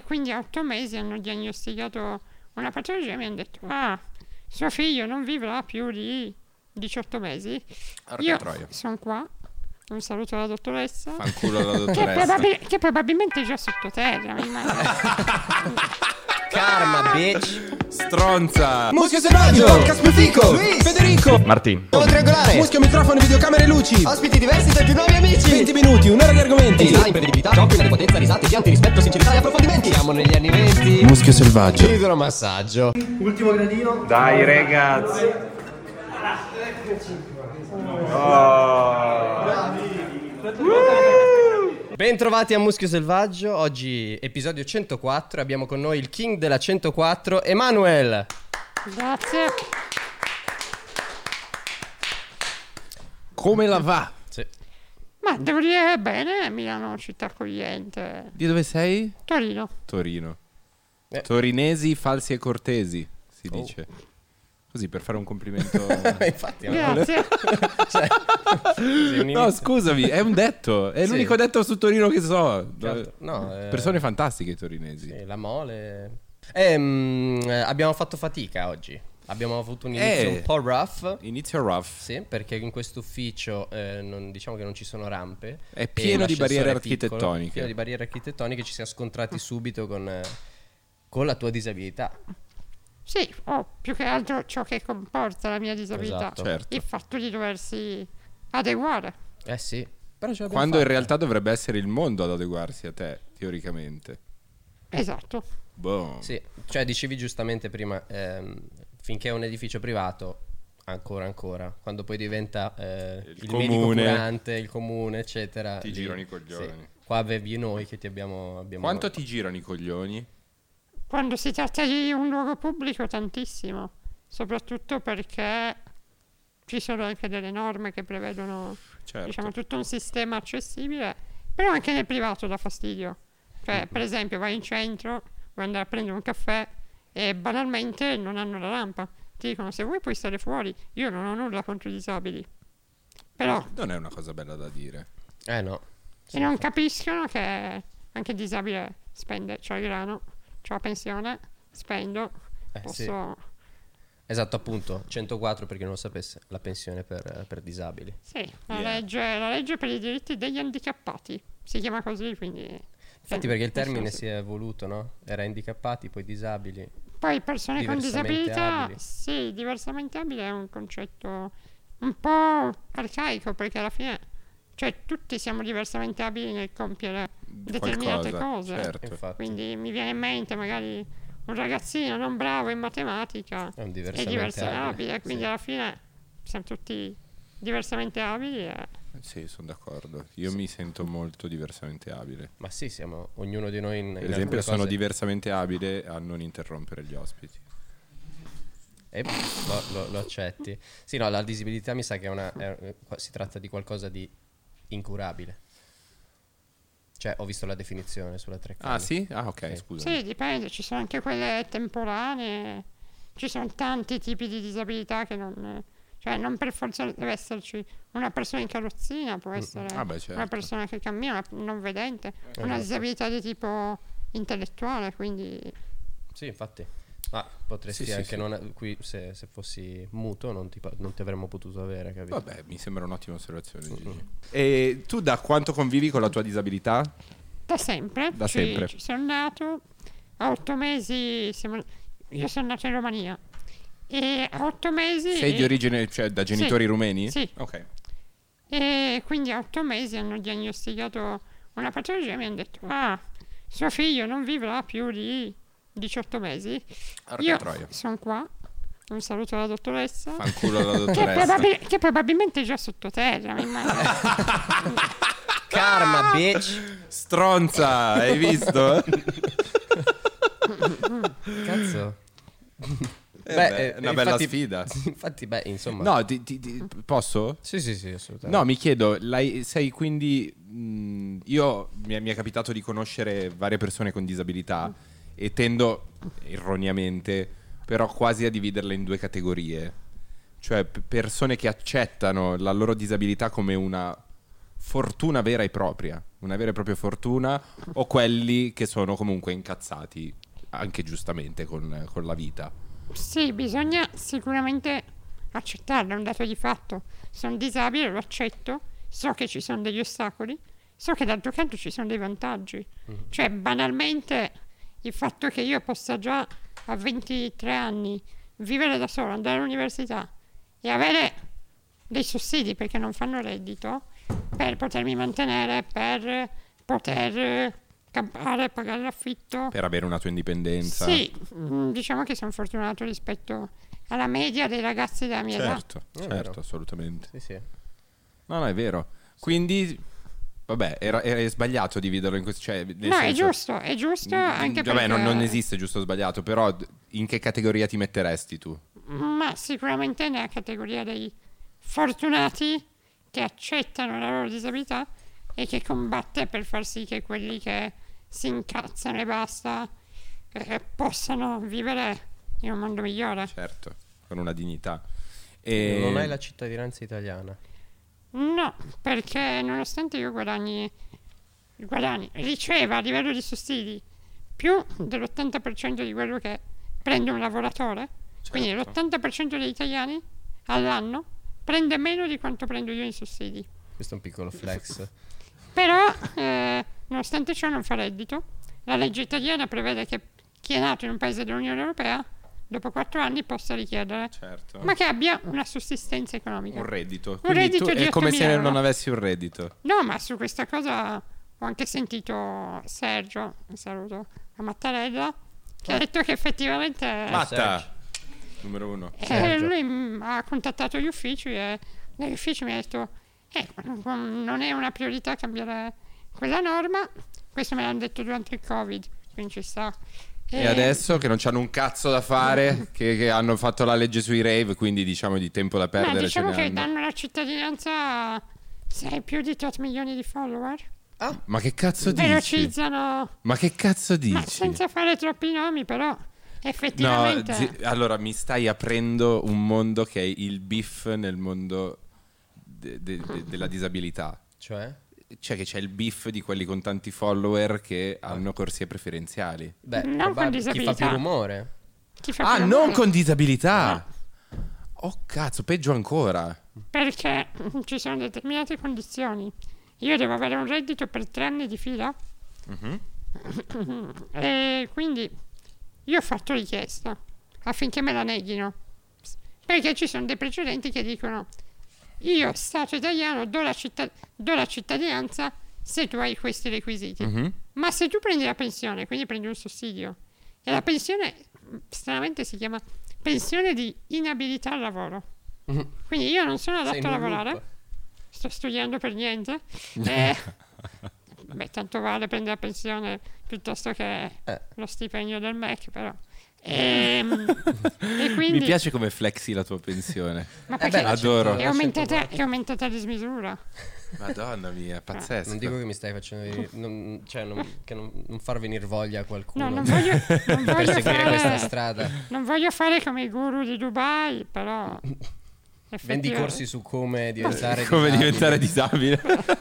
quindi a 8 mesi hanno diagnosticato una patologia e mi hanno detto: suo figlio non vivrà più di 18 mesi. Io sono qua. Un saluto alla dottoressa. Fanculo alla dottoressa. Che probabilmente è già sottoterra, mi immagino. Karma, bitch. Stronza. Muschio selvaggio, Caspio Fico, Luis, Federico, Martin. Nuovo triangolare, muschio, microfono, videocamere, luci, ospiti diversi tra i più nuovi amici. 20 minuti, un'ora di argomenti, Design, imprevedibilità, giochi, inadeguatezza, risate, pianti, rispetto, sincerità e approfondimenti. Siamo negli anni 20. Muschio selvaggio. Idromassaggio. Ultimo gradino. Dai ragazzi. Bentrovati a Muschio Selvaggio. Oggi episodio 104. Abbiamo con noi il king della 104, Emanuel. Grazie. Come la va? Sì. Ma devo dire bene, Milano città accogliente. Di dove sei? Torino. Torino. Eh. Torinesi falsi e cortesi, si dice. Così per fare un complimento. Infatti, Grazie. cioè, sì, un No, inizio. scusami, è un detto. È Sì. l'unico detto su Torino che so. Certo. No, Persone fantastiche i torinesi. sì, la mole. Abbiamo fatto fatica oggi. Abbiamo avuto un inizio un po' rough. Inizio rough. Sì, perché in questo ufficio diciamo che non ci sono rampe. È e pieno di l'ascensore barriere è piccolo, architettoniche. Pieno di barriere architettoniche, ci siamo scontrati subito con la tua disabilità. Sì, più che altro ciò che comporta la mia disabilità. Esatto. Certo. Il fatto di doversi adeguare. Eh sì. Però ce l'abbiamo Quando in fatta. realtà dovrebbe essere il mondo ad adeguarsi a te, teoricamente. Esatto. Boh. Sì, cioè dicevi giustamente prima, finché è un edificio privato, ancora, quando poi diventa il medico comune. curante, il comune, eccetera. Ti lì- girano i coglioni. sì. Qua avevi noi che ti abbiamo Quanto ti girano i coglioni? Quando si tratta di un luogo pubblico, tantissimo. Soprattutto perché ci sono anche delle norme che prevedono, Certo. diciamo, tutto un sistema accessibile. Però anche nel privato dà fastidio. Cioè, per esempio, vai in centro, vuoi andare a prendere un caffè e banalmente non hanno la rampa. Ti dicono: se vuoi puoi stare fuori. Io non ho nulla contro i disabili. Però Non è una cosa bella da dire. no. e non capiscono che anche il disabile spende, c'ho il grano, c'ho la pensione, spendo, Sì. posso... Esatto, appunto, 104 per chi non lo sapesse, la pensione per disabili. Sì, la Yeah. legge per i diritti degli handicappati, si chiama così, quindi... Infatti perché il termine sì. si è evoluto, no? Era handicappati, poi disabili. Poi persone con Diversamente disabilità, abili. sì, diversamente abile è un concetto un po' arcaico, perché alla fine, cioè, tutti siamo diversamente abili nel compiere determinate Qualcosa, cose. certo. Infatti, Quindi mi viene in mente magari un ragazzino non bravo in matematica è un è diversamente diversamente abile, abile. quindi Sì. alla fine siamo tutti diversamente abili e... Sì, sono d'accordo. Io mi sento molto diversamente abile. Ma sì, siamo ognuno di noi in Per in esempio, alcune sono cose. diversamente abile a non interrompere gli ospiti. E lo accetti. Sì, no, la disabilità mi sa che si tratta di qualcosa di incurabile. Cioè, ho visto la definizione sulla Treccani. Ah, sì? Ah, ok, Sì. scusa. Sì, dipende, ci sono anche quelle temporanee, ci sono tanti tipi di disabilità che non... Cioè, non per forza deve esserci una persona in carrozzina, può essere Ah, beh, certo. una persona che cammina, una non vedente, una Esatto. disabilità di tipo intellettuale, quindi... Sì, infatti. Ma potresti Sì, sì, anche sì. non... Qui, se fossi muto, non ti avremmo potuto avere, capito? Vabbè, mi sembra un'ottima osservazione, Gigi. E tu da quanto convivi con la tua disabilità? Da sempre. Da sempre. Ci sono nato, a 8 mesi, io sono nato in Romania, e a 8 mesi... Sei di origine, cioè da genitori rumeni? Sì. Ok. E quindi a 8 mesi hanno diagnosticato una patologia e mi hanno detto: suo figlio non vivrà più di 18 mesi. Io troia. sono qua. Un saluto alla dottoressa. Fanculo alla dottoressa. Che probabilmente è già sottoterra, mi immagino. Karma, bitch! Stronza, hai visto? Cazzo. Beh, è una bella infatti- sfida. Infatti, beh, insomma... No, posso? Sì, assolutamente. No, mi chiedo, sei quindi... io mi è capitato di conoscere varie persone con disabilità e tendo, erroneamente, però quasi a dividerle in due categorie. Cioè persone che accettano la loro disabilità come una fortuna vera e propria, una vera e propria fortuna, o quelli che sono comunque incazzati, anche giustamente, con la vita. Sì, bisogna sicuramente accettarlo, è un dato di fatto. Sono disabile, lo accetto, so che ci sono degli ostacoli, so che d'altro canto ci sono dei vantaggi. Cioè, banalmente, il fatto che io possa già a 23 anni vivere da solo, andare all'università e avere dei sussidi perché non fanno reddito, per potermi mantenere, per poter campare, pagare l'affitto. Per avere una tua indipendenza. Sì, diciamo che sono fortunato rispetto alla media dei ragazzi della mia età. Certo, È vero. certo, assolutamente. Sì, sì. No, è vero. Quindi, vabbè, era sbagliato dividerlo in questo. Cioè, nel No, senso, è giusto anche vabbè, perché... non esiste giusto o sbagliato, però in che categoria ti metteresti tu? Ma sicuramente nella categoria dei fortunati che accettano la loro disabilità e che combatte per far sì che quelli che si incazzano e basta possano vivere in un mondo migliore. Certo, con una dignità. Non hai la cittadinanza italiana. No, perché nonostante io riceva a livello di sussidi più dell'80% di quello che prende un lavoratore, quindi l'80% degli italiani all'anno prende meno di quanto prendo io in sussidi. Questo è un piccolo flex. Però, nonostante ciò, non fa reddito. La legge italiana prevede che chi è nato in un paese dell'Unione Europea, dopo 4 anni, possa richiedere, Certo. ma che abbia una sussistenza economica. Un reddito. Un Quindi reddito tu di è come 8.000 se euro. non avessi un reddito. No, ma su questa cosa ho anche sentito Sergio, un saluto a Mattarella, che ha detto che effettivamente Matta! Numero 1. lui ha contattato gli uffici e negli uffici mi ha detto non è una priorità cambiare quella norma. Questo me l'hanno detto durante il Covid, quindi ci sta. E adesso che non c'hanno un cazzo da fare, che hanno fatto la legge sui rave, quindi diciamo di tempo da perdere diciamo ce ne che hanno. danno la cittadinanza se hai più di 8 milioni di follower. Ma che cazzo dici? Velocizzano, Ma che cazzo dici? ma senza fare troppi nomi, però No, effettivamente allora mi stai aprendo un mondo che è il beef nel mondo della disabilità. Cioè? Cioè che c'è il beef di quelli con tanti follower che hanno corsie preferenziali. Beh, Non con chi fa disabilità. più rumore. chi fa più Non rumore. con disabilità! Oh cazzo, peggio ancora. Perché ci sono determinate condizioni. Io devo avere un reddito per 3 anni di fila e quindi io ho fatto richiesta affinché me la neghino, perché ci sono dei precedenti che dicono io Stato italiano do la cittadinanza se tu hai questi requisiti. Ma se tu prendi la pensione, quindi prendi un sussidio, e la pensione stranamente si chiama pensione di inabilità al lavoro, quindi io non sono Sei adatto a in un lavorare, loop. sto studiando per niente. Beh, tanto vale prendere la pensione piuttosto che lo stipendio del MEC, però. E quindi Mi piace come flexi la tua pensione. ma perché adoro. è aumentata a dismisura. Madonna mia, pazzesco. Non dico che mi stai facendo venire, non far venire voglia a qualcuno. No, non voglio per seguire questa fare strada. non voglio fare come i guru di Dubai, però Vendi effettivamente- corsi su come diventare Come disabile. diventare disabile.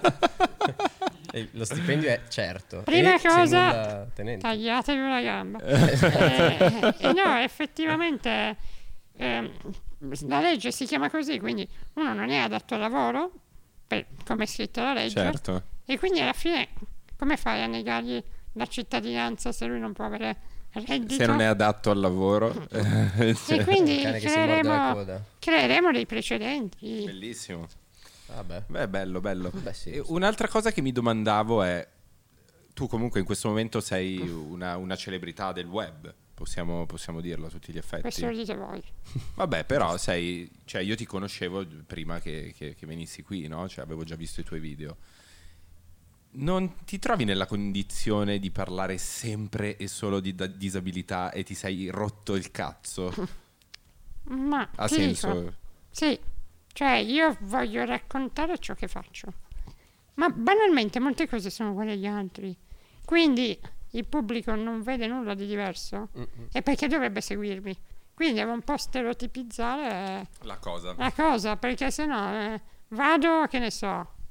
E lo stipendio è certo. Prima e sei cosa, nulla tenente. tagliatevi una gamba. No, effettivamente la legge si chiama così, quindi uno non è adatto al lavoro, come è scritta la legge, Certo. e quindi alla fine come fai a negargli la cittadinanza se lui non può avere reddito? Se non è adatto al lavoro. E quindi Il cane che si morde la coda. creeremo dei precedenti. Bellissimo. Vabbè. Beh, bello, bello. Beh, sì. E un'altra cosa che mi domandavo è, tu comunque in questo momento sei una celebrità del web, possiamo dirlo a tutti gli effetti. Questo lo dite voi. Vabbè, però cioè io ti conoscevo prima che venissi qui, no? Cioè avevo già visto i tuoi video. Non ti trovi nella condizione di parlare sempre e solo di disabilità e ti sei rotto il cazzo? Ma Ha ti senso? dico, sì, cioè io voglio raccontare ciò che faccio, ma banalmente molte cose sono uguali agli altri, quindi il pubblico non vede nulla di diverso e perché dovrebbe seguirmi? Quindi devo un po' stereotipizzare La cosa. la cosa, perché sennò vado, che ne so,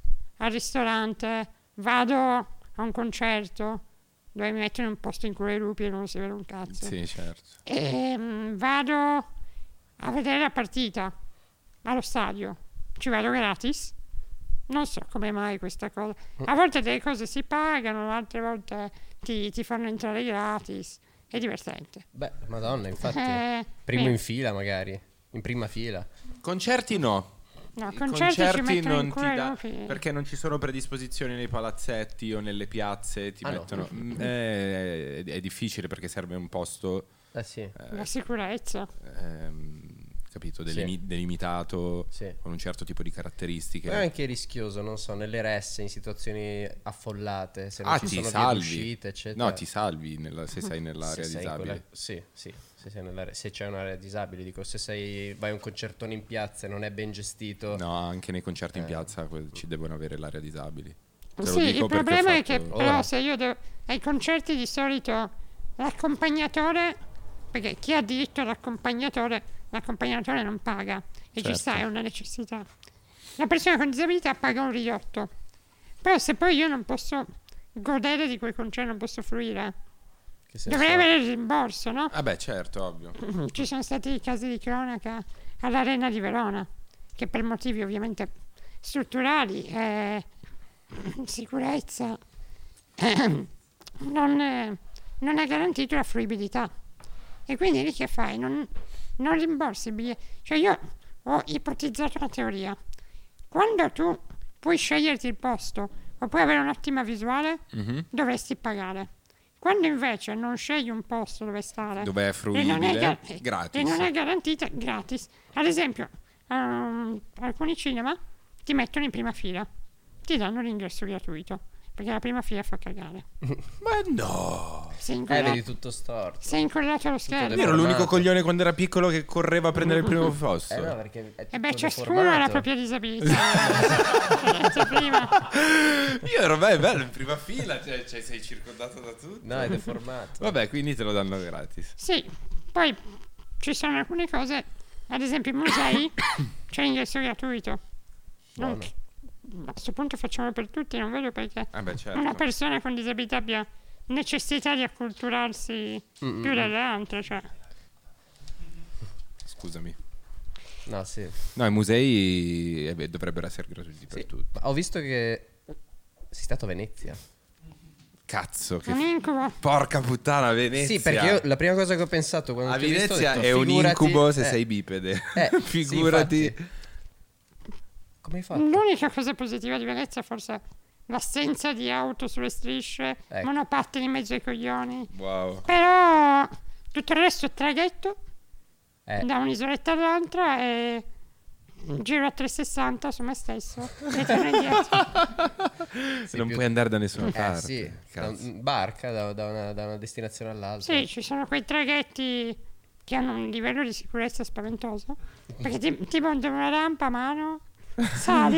al ristorante, vado a un concerto dove mi mettono in un posto in cui i lupi e non si vede un cazzo. Sì, certo. E vado a vedere la partita allo stadio, ci vado gratis. Non so come mai questa cosa. A volte delle cose si pagano, altre volte ti fanno entrare gratis. È divertente. Beh, madonna, infatti. Primo In fila magari, in prima fila. Concerti no. No, I concerti ci mettono in non ti cuore dà, lupi. perché non ci sono predisposizioni nei palazzetti o nelle piazze, ti Ah, no. mettono è difficile perché serve un posto Sì. La sicurezza. capito, Sì. delimitato, Sì. con un certo tipo di caratteristiche. Ma è anche rischioso, non so, nelle resse, in situazioni affollate, se non Ah, ci ti sono vie salvi. d'uscita, eccetera. No, ti salvi se sei nell'area Se sei in disabile. sì, se sei se c'è un'area disabile, dico, se vai a un concertone in piazza e non è ben gestito. No, anche nei concerti in piazza ci devono avere l'area disabili. Te lo Sì, dico il perché ho problema è che fatto- però Ora. se io ai concerti di solito l'accompagnatore, perché chi ha diritto l'accompagnatore non paga e Certo. ci sta, è una necessità. La persona con disabilità paga un ridotto, però se poi io non posso godere di quel concerto, non posso fruire, Che senso dovrei ha? avere il rimborso, no? Ah beh, certo, ovvio. Ci sono stati casi di cronaca all'Arena di Verona, che per motivi ovviamente strutturali e sicurezza non ha garantito la fruibilità. E quindi lì che fai? Non rimborsi il biglietto. Cioè io ho ipotizzato una teoria. Quando tu puoi sceglierti il posto o puoi avere un'ottima visuale, dovresti pagare. Quando invece non scegli un posto dove stare Dove è e non fruibile, è gratis. e non è garantita gratis. Ad esempio, alcuni cinema ti mettono in prima fila, ti danno l'ingresso gratuito, perché la prima fila fa cagare. Ma no! Sei vedi incollato, tutto storto. sei incollato allo schermo. Io ero l'unico Deformato. coglione quando era piccolo che correva a prendere il primo posto. No, perché è E beh, tutto ciascuno ha la deformato. propria disabilità. L'ho detto prima. Io ero bello in prima fila, cioè sei circondato da tutti. No, è deformato. Vabbè, quindi te lo danno gratis. Sì, poi ci sono alcune cose, ad esempio i musei c'è l'ingresso gratuito. Non- a questo punto facciamo per tutti, non vedo perché Ah beh, certo. una persona con disabilità abbia necessità di acculturarsi più delle altre. Cioè. Scusami. No, sì. No, i musei dovrebbero essere gratuiti per Sì. tutti. Ma ho visto che sei stato a Venezia. Cazzo, che Un incubo. porca puttana, Venezia. Sì, perché io la prima cosa che ho pensato quando a ti ho visto, ho Venezia detto, è un figurati- incubo se sei bipede. sì, Figurati. infatti. Come hai fatto? L'unica cosa positiva di Venezia è forse l'assenza di auto sulle strisce, Ecco. monopattini in mezzo ai coglioni. Wow. Però tutto il resto è traghetto Eh. da un'isoletta all'altra e giro a 360 su me stesso e torno indietro. Non più- puoi andare da nessuna parte. Sì, da Cazzo. barca da una destinazione all'altra. Sì, ci sono quei traghetti che hanno un livello di sicurezza spaventoso, perché ti montano una rampa a mano, sali,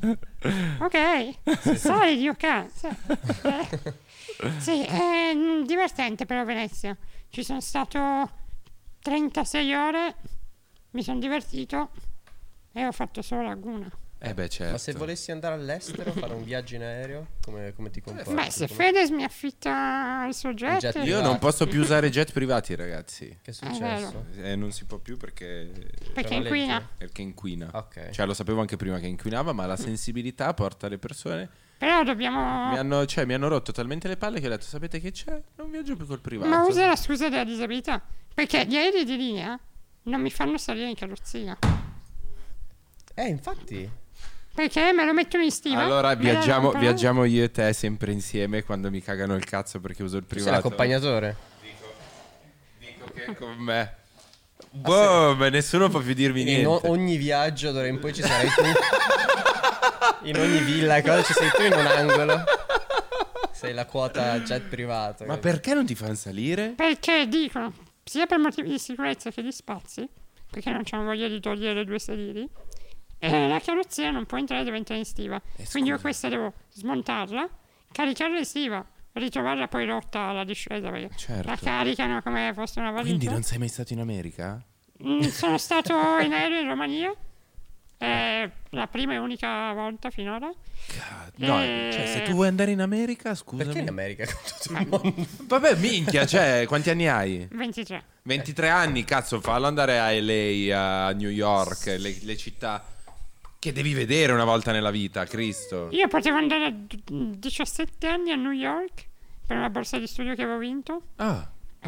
ok, sali, Dio cazzo. Sì, è divertente però Venezia. Ci sono stato 36 ore, mi sono divertito e ho fatto solo laguna. Beh, certo. Ma se volessi andare all'estero, fare un viaggio in aereo, come ti comporti? Beh, se Come- Fedez mi affitta il suo jet, jet Io privato. non posso più usare jet privati, ragazzi. Che è successo? Non si può più perché perché una inquina. legge. perché inquina. Ok. Cioè, lo sapevo anche prima che inquinava, ma la sensibilità porta le persone. Però dobbiamo... Mi hanno rotto talmente le palle che ho detto: sapete che c'è? Non viaggio più col privato. Ma usa la scusa della disabilità, perché gli aerei di linea non mi fanno salire in carrozzina, Infatti. perché me lo mettono in stiva. Allora me la rompono. viaggiamo io e te sempre insieme quando mi cagano il cazzo perché uso il Tu sei privato. l'accompagnatore. Dico che con me. Boh, ma nessuno può più dirmi In niente. ogni viaggio d'ora in poi ci sarai tu. In ogni villa, cosa ci sei tu in un angolo. Sei la quota jet privato. Ma perché non ti fanno salire? Perché dicono, sia per motivi di sicurezza che di spazi, perché non c'hanno voglia di togliere le due sedili, la carrozzina non può entrare, deve entrare in stiva. Quindi io questa devo smontarla, caricarla in stiva, ritrovarla poi rotta alla discesa, perché Certo. la caricano come fosse una valigia. Quindi non sei mai stato in America? Sono stato in aereo in Romania È la prima e unica volta finora. No, cioè, se tu vuoi andare in America, scusami. Perché in America con tutto il mondo? Vabbè, minchia, cioè, quanti anni hai? 23. 23 anni, cazzo, fallo andare a LA, a New York, le città che devi vedere una volta nella vita, Cristo. Io potevo andare a 17 anni a New York per una borsa di studio che avevo vinto. Ah,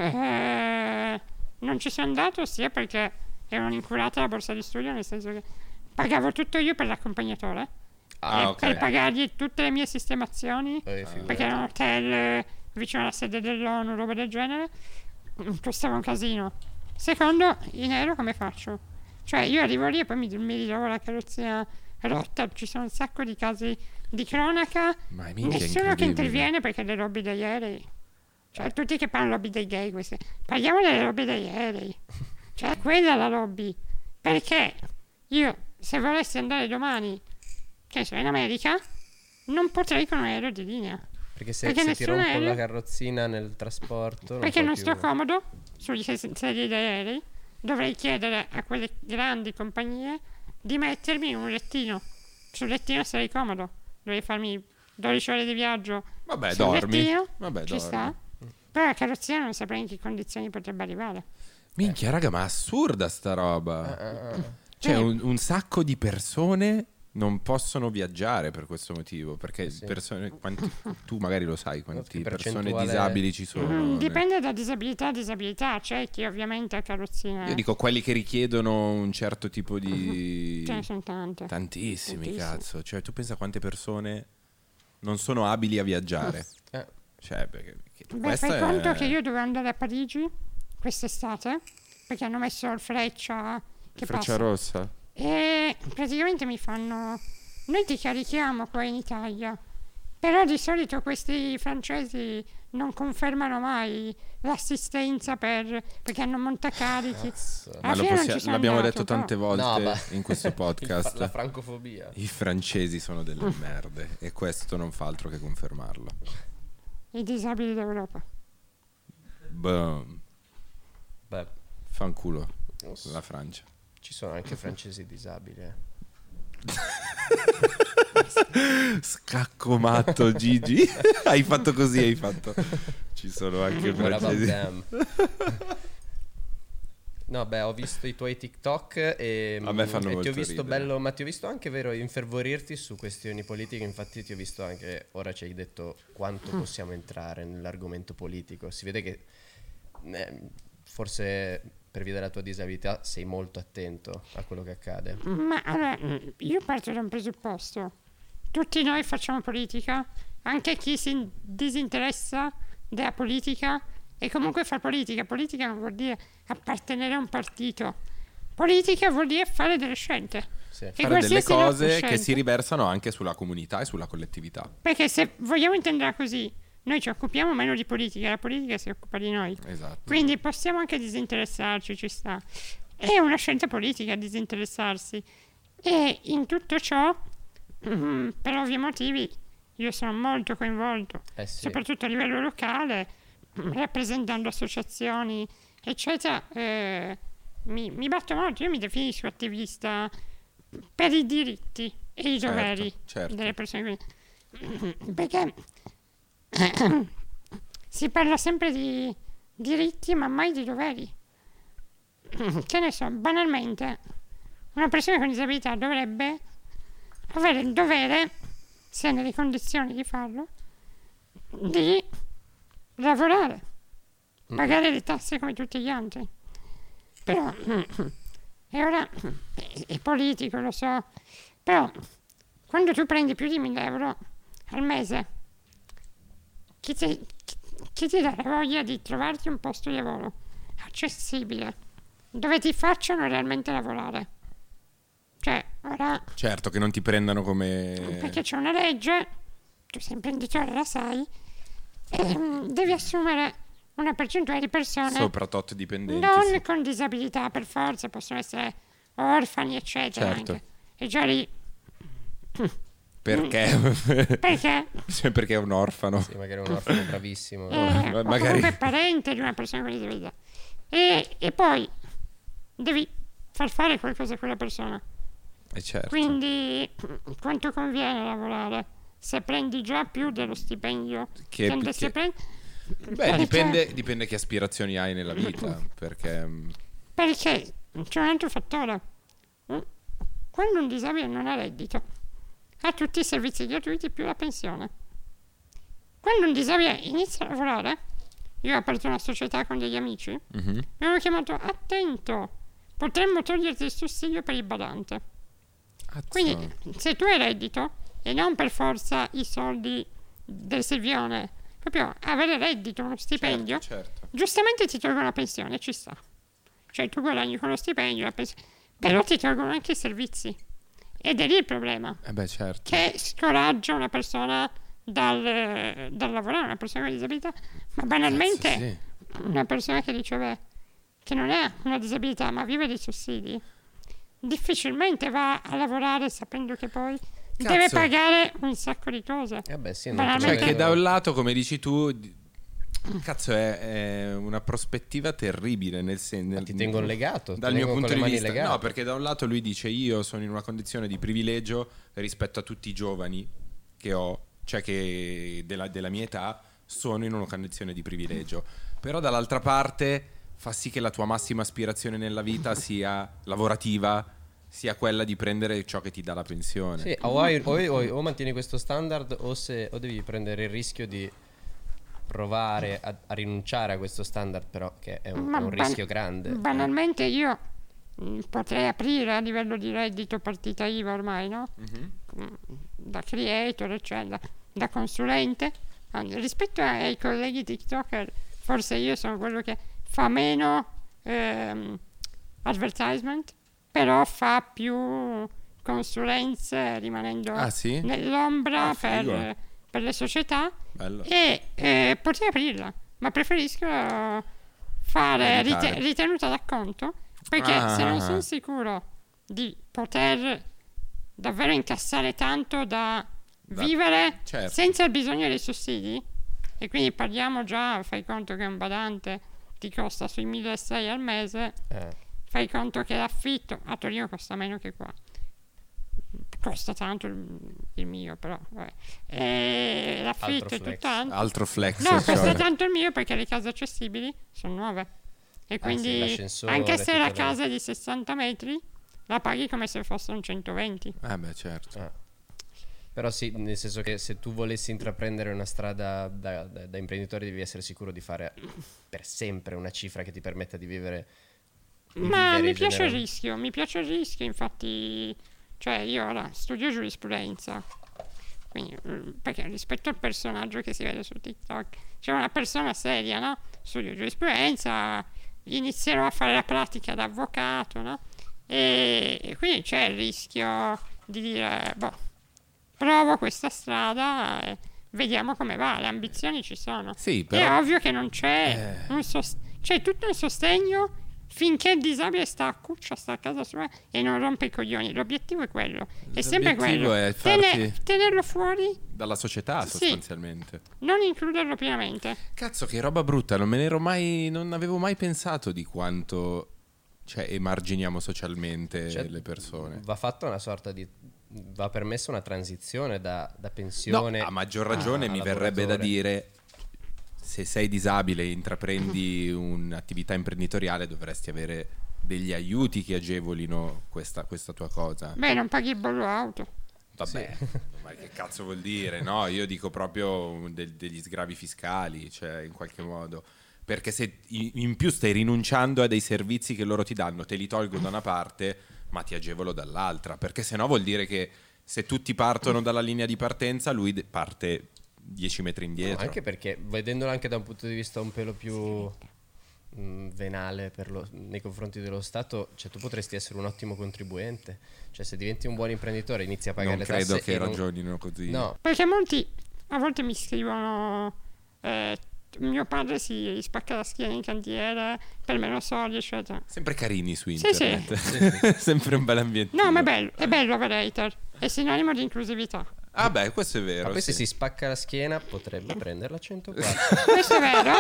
Non ci sono andato sia perché ero un'incurata la borsa di studio, nel senso che pagavo tutto io per l'accompagnatore. ok. Per pagargli tutte le mie sistemazioni, Figurati. perché era un hotel vicino alla sede dell'ONU, roba del genere. Costava un casino. Secondo, in aereo come faccio? Cioè io arrivo lì e poi mi ritrovo la carrozzina rotta, ci sono un sacco di casi di cronaca, Ma è minchia, nessuno che incredibile. interviene perché le lobby degli aerei, cioè tutti che parlano lobby dei gay, queste. Parliamo delle lobby degli aerei, cioè quella è la lobby, perché io se volessi andare domani, che sono in America, non potrei con un aereo di linea. Perché se Perché ti nessuno rompo aereo- la carrozzina nel trasporto Perché puoi non più. sto comodo sugli sedili degli aerei, dovrei chiedere a quelle grandi compagnie di mettermi in un lettino. Sul lettino sarei comodo, dovrei farmi 12 ore di viaggio. Vabbè, sul dormi. lettino, Vabbè, ci dormi. sta. Però la carrozzina non saprei in che condizioni potrebbe arrivare. Minchia, raga, ma assurda sta roba. Cioè, un sacco di persone non possono viaggiare per questo motivo. Perché persone, tu magari lo sai quanti Che persone percentuale- disabili ci sono. Dipende da disabilità a disabilità. C'è chi ovviamente ha carrozzina. Io dico quelli che richiedono un certo tipo di... Ce ne sono tante. Tantissimi, Tantissimi. cazzo. Cioè, tu pensa quante persone non sono abili a viaggiare. Cioè, perché Beh, questa fai è... conto che io dovevo andare a Parigi quest'estate perché hanno messo il Freccia che Freccia passa. rossa? E praticamente mi fanno: noi ti carichiamo qua in Italia, però di solito questi francesi non confermano mai l'assistenza perché hanno montacarichi. Ma Alla fine non ci sono l'abbiamo andato, detto tante volte No, ma- in questo podcast. La francofobia. I francesi sono delle merde e questo non fa altro che confermarlo. I disabili d'Europa. Boom. Beh, Fanculo la Francia. ci sono anche francesi disabili. Scacco matto Gigi. Hai fatto così, hai fatto. Ci sono anche What about francesi. them? No, beh, ho visto i tuoi TikTok e, A me fanno e ti molto ho visto ridere. bello, ma ti ho visto anche vero infervorirti su questioni politiche. Infatti ti ho visto anche, ora ci hai detto quanto possiamo entrare nell'argomento politico. Si vede che forse per via della tua disabilità sei molto attento a quello che accade. Ma allora, io parto da un presupposto. Tutti noi facciamo politica, anche chi si disinteressa della politica e comunque fa politica. Politica non vuol dire appartenere a un partito. Politica vuol dire fare delle scelte. Sì. E Fare delle qualsiasi cose nostra che si scelta. riversano anche sulla comunità e sulla collettività. Perché se vogliamo intenderla così, noi ci occupiamo meno di politica, la politica si occupa di noi. Esatto. Quindi possiamo anche disinteressarci, ci sta. È una scelta politica disinteressarsi. E in tutto ciò, per ovvi motivi, io sono molto coinvolto, Sì. soprattutto a livello locale, rappresentando associazioni, eccetera. Mi batto molto, io mi definisco attivista per i diritti e i doveri certo. delle persone. Perché si parla sempre di diritti ma mai di doveri. Che ne so, banalmente una persona con disabilità dovrebbe avere il dovere, se è nelle condizioni di farlo, di lavorare, pagare le tasse come tutti gli altri. Però e ora è politico, lo so, però quando tu prendi più di 1.000 euro al mese, chi ti dà la voglia di trovarti un posto di lavoro accessibile, dove ti facciano realmente lavorare? Cioè, ora, Certo, che non ti prendano come... perché c'è una legge, tu sei imprenditore, la sai, e devi assumere una percentuale di persone Sopra tot dipendenti. non sì. con disabilità per forza, possono essere orfani, eccetera. Certo. Anche. E già lì, Perché? perché? Perché è un orfano. Sì, magari un orfano bravissimo. O magari- comunque parente di una persona con disabilità. E poi devi far fare qualcosa a quella persona. certo. Quindi quanto conviene lavorare? Se prendi già più dello stipendio che andresti a prendere? Beh, dipende che aspirazioni hai nella vita, perché Perché c'è un altro fattore. Quando un disabile non ha reddito, ha tutti i servizi gratuiti più la pensione. Quando un disabile inizia a lavorare, io ho aperto una società con degli amici, mi hanno chiamato: attento, potremmo toglierti il sussidio per il badante. Quindi se tu hai reddito, e non per forza i soldi del Servione, proprio avere reddito, uno stipendio, certo. giustamente ti tolgono la pensione, ci sta. Cioè tu guadagni con lo stipendio, la pensione, però ti tolgono anche i servizi. Ed è lì il problema, Beh, certo. che scoraggia una persona dal lavorare, una persona con disabilità, ma banalmente Cazzo, sì. una persona che riceve, che non ha una disabilità ma vive dei sussidi, difficilmente va a lavorare sapendo che poi deve pagare un sacco di cose. Beh, sì, Banalmente. Cioè che da un lato, come dici tu, cazzo, è una prospettiva terribile nel senso. ti tengono legato, dal ti mio tengono punto con di le mani vista. legate. No, perché da un lato lui dice: io sono in una condizione di privilegio rispetto a tutti i giovani che ho, cioè che della mia età sono in una condizione di privilegio. Però dall'altra parte fa sì che la tua massima aspirazione nella vita sia lavorativa, sia quella di prendere ciò che ti dà la pensione. Sì, o mantieni questo standard o devi prendere il rischio di provare a rinunciare a questo standard, però che è un rischio grande. Banalmente io potrei aprire a livello di reddito partita IVA ormai, no? Da creator, eccetera, da consulente. Rispetto ai colleghi TikToker, forse io sono quello che fa meno advertisement, però fa più consulenze rimanendo nell'ombra per le società. Bello. E potrei aprirla, ma preferisco fare ritenuta d'acconto, perché se non sono sicuro di poter davvero incassare tanto da vivere senza il bisogno dei sussidi, e quindi parliamo già, fai conto che un badante ti costa sui 1.600 al mese, fai conto che l'affitto a Torino costa meno che qua, costa tanto il mio, però vabbè. E l'affitto e tutto altro flex. No, costa tanto il mio perché le case accessibili sono nuove, e quindi anche se la casa è di 60 metri la paghi come se fossero 120. Beh, certo. Però sì, nel senso che se tu volessi intraprendere una strada da imprenditore, devi essere sicuro di fare per sempre una cifra che ti permetta di vivere. Ma mi piace il rischio, infatti, cioè io ora studio giurisprudenza, quindi, perché rispetto al personaggio che si vede su TikTok, c'è una persona seria, no? Studio giurisprudenza, inizierò a fare la pratica da avvocato, no? E quindi c'è il rischio di dire, provo questa strada e vediamo come va. Le ambizioni ci sono. Sì, però è ovvio che non c'è c'è tutto il sostegno finché il disabile sta a cuccia, sta a casa sua e non rompe i coglioni. L'obiettivo è quello, è sempre quello, è tenerlo fuori dalla società, sostanzialmente. Non includerlo pienamente. Cazzo, che roba brutta, non avevo mai pensato di quanto, cioè, emarginiamo socialmente le persone. Va fatta una sorta di, va permessa una transizione da pensione. No, a maggior ragione mi verrebbe da dire: se sei disabile e intraprendi un'attività imprenditoriale, dovresti avere degli aiuti che agevolino questa tua cosa. Beh, non paghi il bollo auto. Vabbè, ma che cazzo vuol dire? No, io dico proprio degli sgravi fiscali, cioè, in qualche modo. Perché se in più stai rinunciando a dei servizi che loro ti danno, te li tolgo da una parte, ma ti agevolo dall'altra. Perché sennò vuol dire che se tutti partono dalla linea di partenza, lui parte 10 metri indietro. No, anche perché, vedendolo anche da un punto di vista un pelo più venale nei confronti dello Stato, cioè tu potresti essere un ottimo contribuente. Cioè se diventi un buon imprenditore, inizi a pagare le tasse. Non credo che ragionino così. No. Perché molti a volte mi scrivono mio padre si spacca la schiena in cantiere per meno soldi, eccetera. Sempre carini su internet. Sì. Sempre un bel ambiente. No, ma è bello avere hater, è sinonimo di inclusività. Ah beh, questo è vero. Ma poi se si spacca la schiena potrebbe prenderla 104. Questo è vero.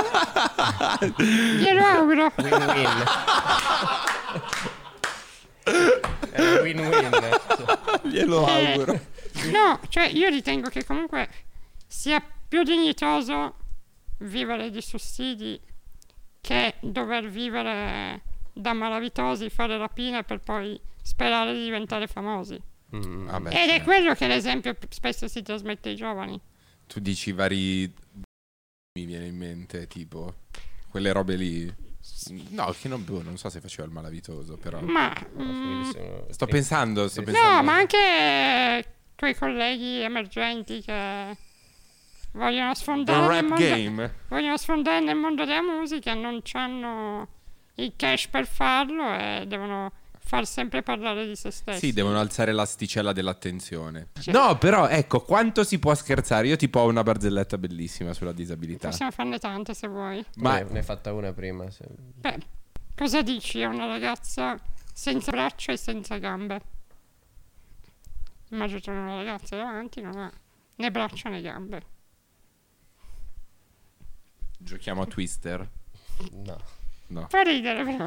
Glielo auguro. Win-win. È un win-win. Glielo auguro. No, cioè io ritengo che comunque sia più dignitoso vivere di sussidi che dover vivere da malavitosi, fare rapine per poi sperare di diventare famosi. Vabbè, Ed è cioè, quello che l'esempio spesso si trasmette ai giovani. tu dici vari... Mi viene in mente, tipo... Quelle robe lì... No, che non so se faceva il malavitoso, però... Ma Sto pensando. no, ma anche tuoi colleghi emergenti che vogliono The sfondare nel rap mondo, game. vogliono sfondare nel mondo della musica, non hanno il cash per farlo e devono far sempre parlare di se stessi. Sì, devono alzare l'asticella dell'attenzione. No, però ecco, quanto si può scherzare? Io tipo ho una barzelletta bellissima sulla disabilità. Possiamo farne tante se vuoi. Ma Ne hai fatta una prima. Beh, cosa dici a una ragazza senza braccia e senza gambe? Immagino una ragazza davanti, non ha né braccia né gambe. giochiamo a Twister? No. No. Fa ridere però.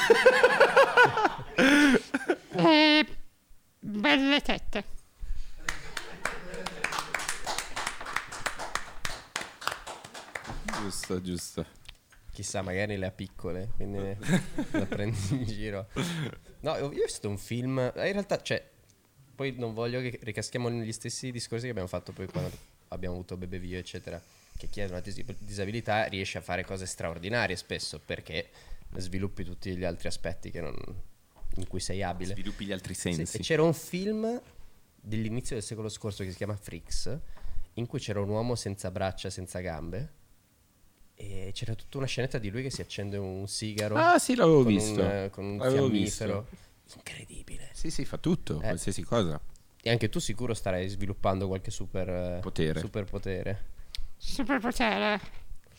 Belle tette. Giusto. Chissà, magari le ha piccole, quindi la prendi in giro. No, io ho visto un film. In realtà, cioè, poi non voglio che ricaschiamo negli stessi discorsi che abbiamo fatto poi quando abbiamo avuto Bebe Vio, eccetera. Che chi ha una disabilità riesce a fare cose straordinarie spesso perché sviluppi tutti gli altri aspetti in cui sei abile. Sviluppi gli altri sensi. Sì, e c'era un film dell'inizio del secolo scorso che si chiama Freaks, in cui c'era un uomo senza braccia, senza gambe. E c'era tutta una scenetta di lui che si accende un sigaro. Ah, sì, l'avevo con visto. con un L'avevo fiammifero. Incredibile. Sì, fa tutto, qualsiasi cosa. E anche tu sicuro starai sviluppando qualche Potere. superpotere. Superpotere.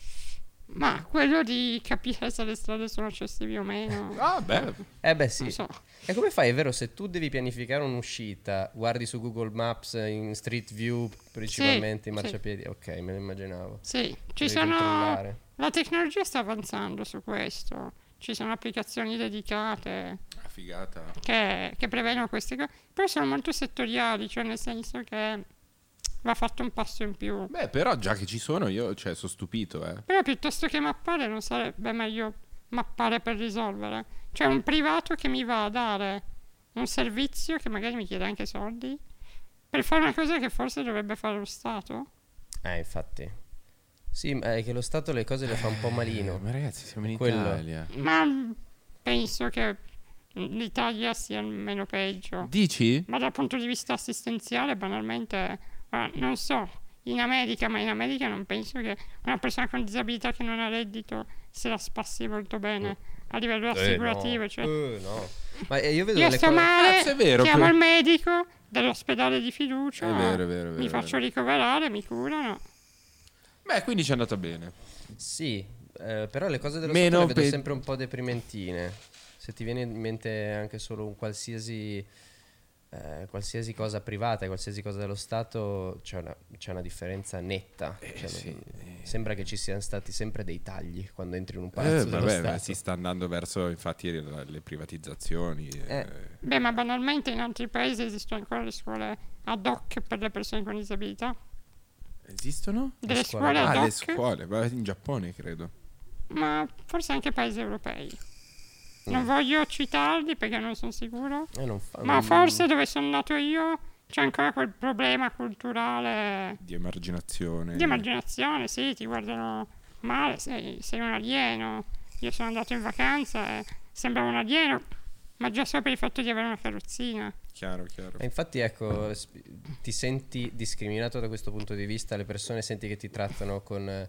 Ma quello di capire se le strade sono accessibili o meno. Ah, beh. Beh sì. Non so. E come fai? È vero, se tu devi pianificare un'uscita, guardi su Google Maps in Street View principalmente in Sì, marciapiedi. Ok, me lo immaginavo. Sì, Devi controllare. la tecnologia sta avanzando su questo. Ci sono applicazioni dedicate Figata. che prevedono queste cose. Però sono molto settoriali, cioè nel senso che va fatto un passo in più. Beh, però già che ci sono io, sono stupito, Però piuttosto che mappare non sarebbe meglio mappare per risolvere? Cioè un privato che mi va a dare un servizio che magari mi chiede anche soldi per fare una cosa che forse dovrebbe fare lo Stato? Infatti. Sì, ma è che lo Stato le cose le fa un po' malino. Ma ragazzi, siamo in Quello. Italia. Ma penso che l'Italia sia il meno peggio. Dici? Ma dal punto di vista assistenziale, banalmente, non so, in America non penso che una persona con disabilità che non ha reddito se la spassi molto bene a livello assicurativo. No. Cioè, No. Ma io vedo io delle sto cose. male, Cazzo, è vero, chiamo que- il medico dell'ospedale di fiducia, È vero, mi faccio ricoverare, mi curano. Beh, quindi ci è andata bene. Sì, però le cose dello Meno Stato le vedo pe- sempre un po' deprimentine. Se ti viene in mente anche solo un qualsiasi cosa privata, qualsiasi cosa dello Stato, c'è una differenza netta. Cioè, sì. Sembra che ci siano stati sempre dei tagli quando entri in un palazzo dello Vabbè, Stato. si sta andando verso infatti le privatizzazioni. Beh, ma banalmente in altri paesi esistono ancora le scuole ad hoc per le persone con disabilità. Esistono? Delle scuole scuole ad Ah, le hoc, scuole, ma in Giappone credo. ma forse anche paesi europei. Non voglio citarli perché non sono sicuro, ma forse dove sono nato io c'è ancora quel problema culturale Di emarginazione. di emarginazione, sì, ti guardano male, sei un alieno. Io sono andato in vacanza e sembravo un alieno, ma già solo per il fatto di avere una carrozzina. Chiaro. E infatti ecco, ti senti discriminato da questo punto di vista, le persone senti che ti trattano con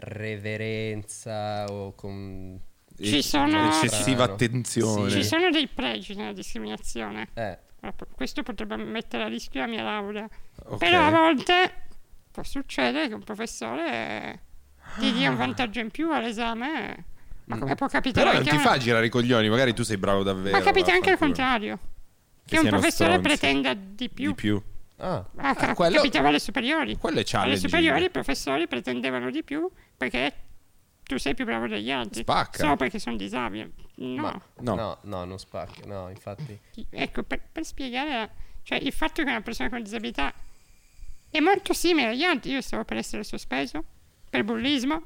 reverenza o con... Ci sono- eccessiva Strano. attenzione. Ci sono dei pregi nella discriminazione. Eh, Questo potrebbe mettere a rischio la mia laurea. Ok. Però a volte può succedere che un professore ti dia un vantaggio in più all'esame. Ma come può capitare Però non anche ti a fa girare i coglioni, magari tu sei bravo davvero. Ma capita anche il vaffanculo. contrario. Che un siano professore stronzi. pretenda di più. Di più. quello- Capitava alle superiori. Quello è Alle challenging. superiori i professori pretendevano di più perché tu sei più bravo degli altri. Spacca. Solo perché sono disabili. No. No. No, non spacca. No, infatti. Ecco, per spiegare, cioè il fatto che una persona con disabilità è molto simile agli altri. Io stavo per essere sospeso per bullismo.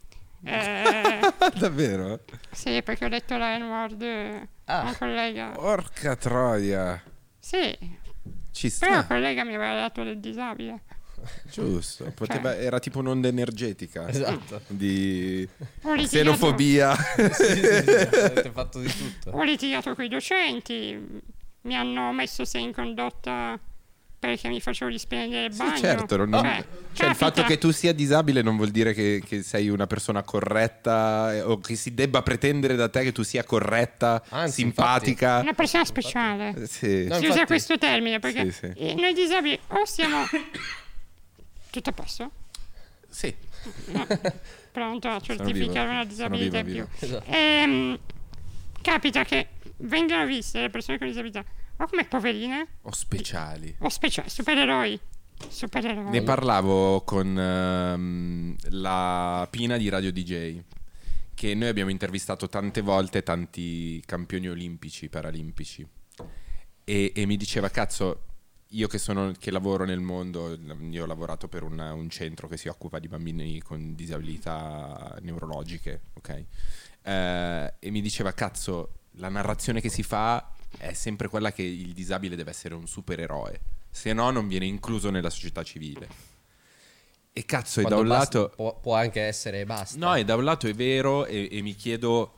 Davvero? Sì, perché ho detto la N-word a un collega. Porca troia. Sì, Ci però il sta. collega mi aveva dato del disabile. Giusto. Era tipo un'onda energetica. Esatto. Di Ho litigato, xenofobia. Avete fatto di tutto. ho litigato con i docenti, mi hanno messo 6 in condotta perché mi facevo gli spegni del bagno. Certo, cioè il capita. fatto che tu sia disabile non vuol dire che sei una persona corretta o che si debba pretendere da te che tu sia corretta, Anzi, simpatica. Una persona speciale. Sì. No, Si usa infatti- questo termine perché Sì. noi disabili o siamo tutto a posto, Sì. pronto a Sono certificare vivo. una disabilità in Sono più. vivo. Esatto. Capita che vengano viste le persone con disabilità o come poverine O speciali. o supereroi. Ne parlavo con la Pina di Radio DJ, che noi abbiamo intervistato tante volte tanti campioni olimpici, paralimpici, e mi diceva, cazzo, io che lavoro nel mondo, io ho lavorato per un centro che si occupa di bambini con disabilità neurologiche, ok? E mi diceva, cazzo, la narrazione che si fa è sempre quella che il disabile deve essere un supereroe, se no non viene incluso nella società civile. E cazzo, e da Quando un basta- lato... può anche essere e basta. No, e da un lato è vero, e mi chiedo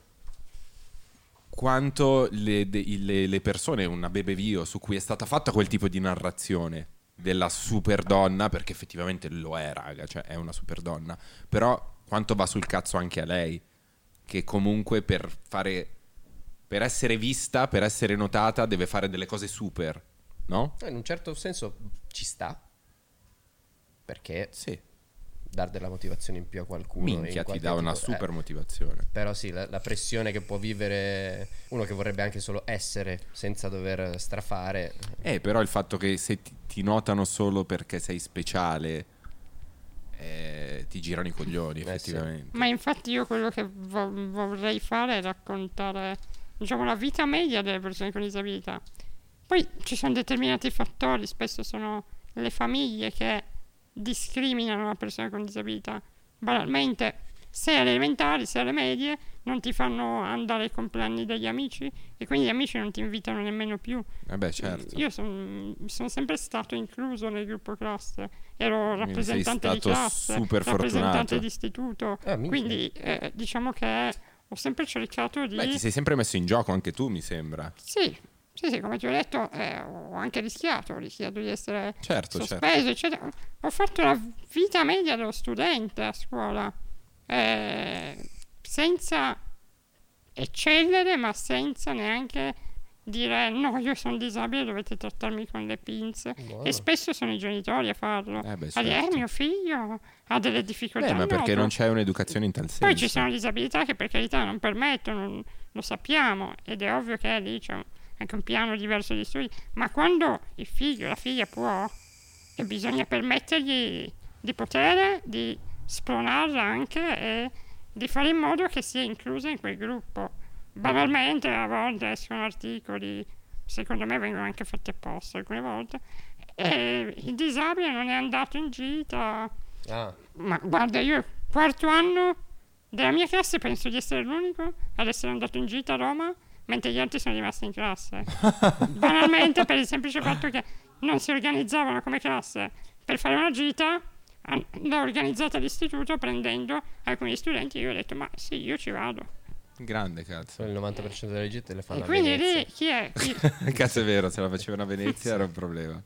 quanto le persone, una Bebe Vio su cui è stata fatta quel tipo di narrazione della super donna, perché effettivamente lo è, raga, cioè è una super donna, però quanto va sul cazzo anche a lei, che comunque per essere vista, per essere notata, deve fare delle cose super, no? In un certo senso ci sta. Perché Sì. dare della motivazione in più a qualcuno. Minchia, in ti qualche dà una tipo- super motivazione. Però sì, la pressione che può vivere uno che vorrebbe anche solo essere senza dover strafare. Però il fatto che se ti notano solo perché sei speciale, ti girano i coglioni, sì. effettivamente. Ma infatti io quello che vorrei fare è raccontare, diciamo, la vita media delle persone con disabilità. Poi ci sono determinati fattori, spesso sono le famiglie che discriminano la persona con disabilità. Banalmente, se alle elementari, se alle medie non ti fanno andare ai compleanni degli amici e quindi gli amici non ti invitano nemmeno più. Beh, certo. Io sono sempre stato incluso nel gruppo classe, ero Quindi sei rappresentante di stato classe, super rappresentante fortunato. di istituto, minchia. quindi diciamo che ho sempre cercato di... Beh, ti sei sempre messo in gioco anche tu, mi sembra. Sì, come ti ho detto, ho anche rischiato di essere Certo, sospeso, eccetera. Ho fatto la vita media dello studente a scuola, senza eccellere, ma senza neanche dire no, io sono disabile, dovete trattarmi con le pinze. Buono. E spesso sono i genitori a farlo. Beh, A dire, certo. mio figlio ha delle difficoltà. Ma No, perché non c'è un'educazione in tal senso? poi ci sono disabilità che per carità non permettono, lo sappiamo, ed è ovvio che lì c'è anche un piano diverso di studi, ma quando il figlio, la figlia può, e bisogna permettergli di potere, di spronarla anche e di fare in modo che sia inclusa in quel gruppo. Banalmente a volte escono articoli, secondo me vengono anche fatti apposta alcune volte, e il disabile non è andato in gita. Ah, Ma guarda, io il quarto anno della mia classe penso di essere l'unico ad essere andato in gita a Roma, mentre gli altri sono rimasti in classe. Banalmente per il semplice fatto che non si organizzavano come classe per fare una gita, l'ho organizzata l'istituto prendendo alcuni studenti e io ho detto ma sì, io ci vado. Grande, cazzo. il 90% delle gite le fanno E a quindi Venezia. lì chi è? Cazzo, è vero, se la facevano a Venezia era un problema.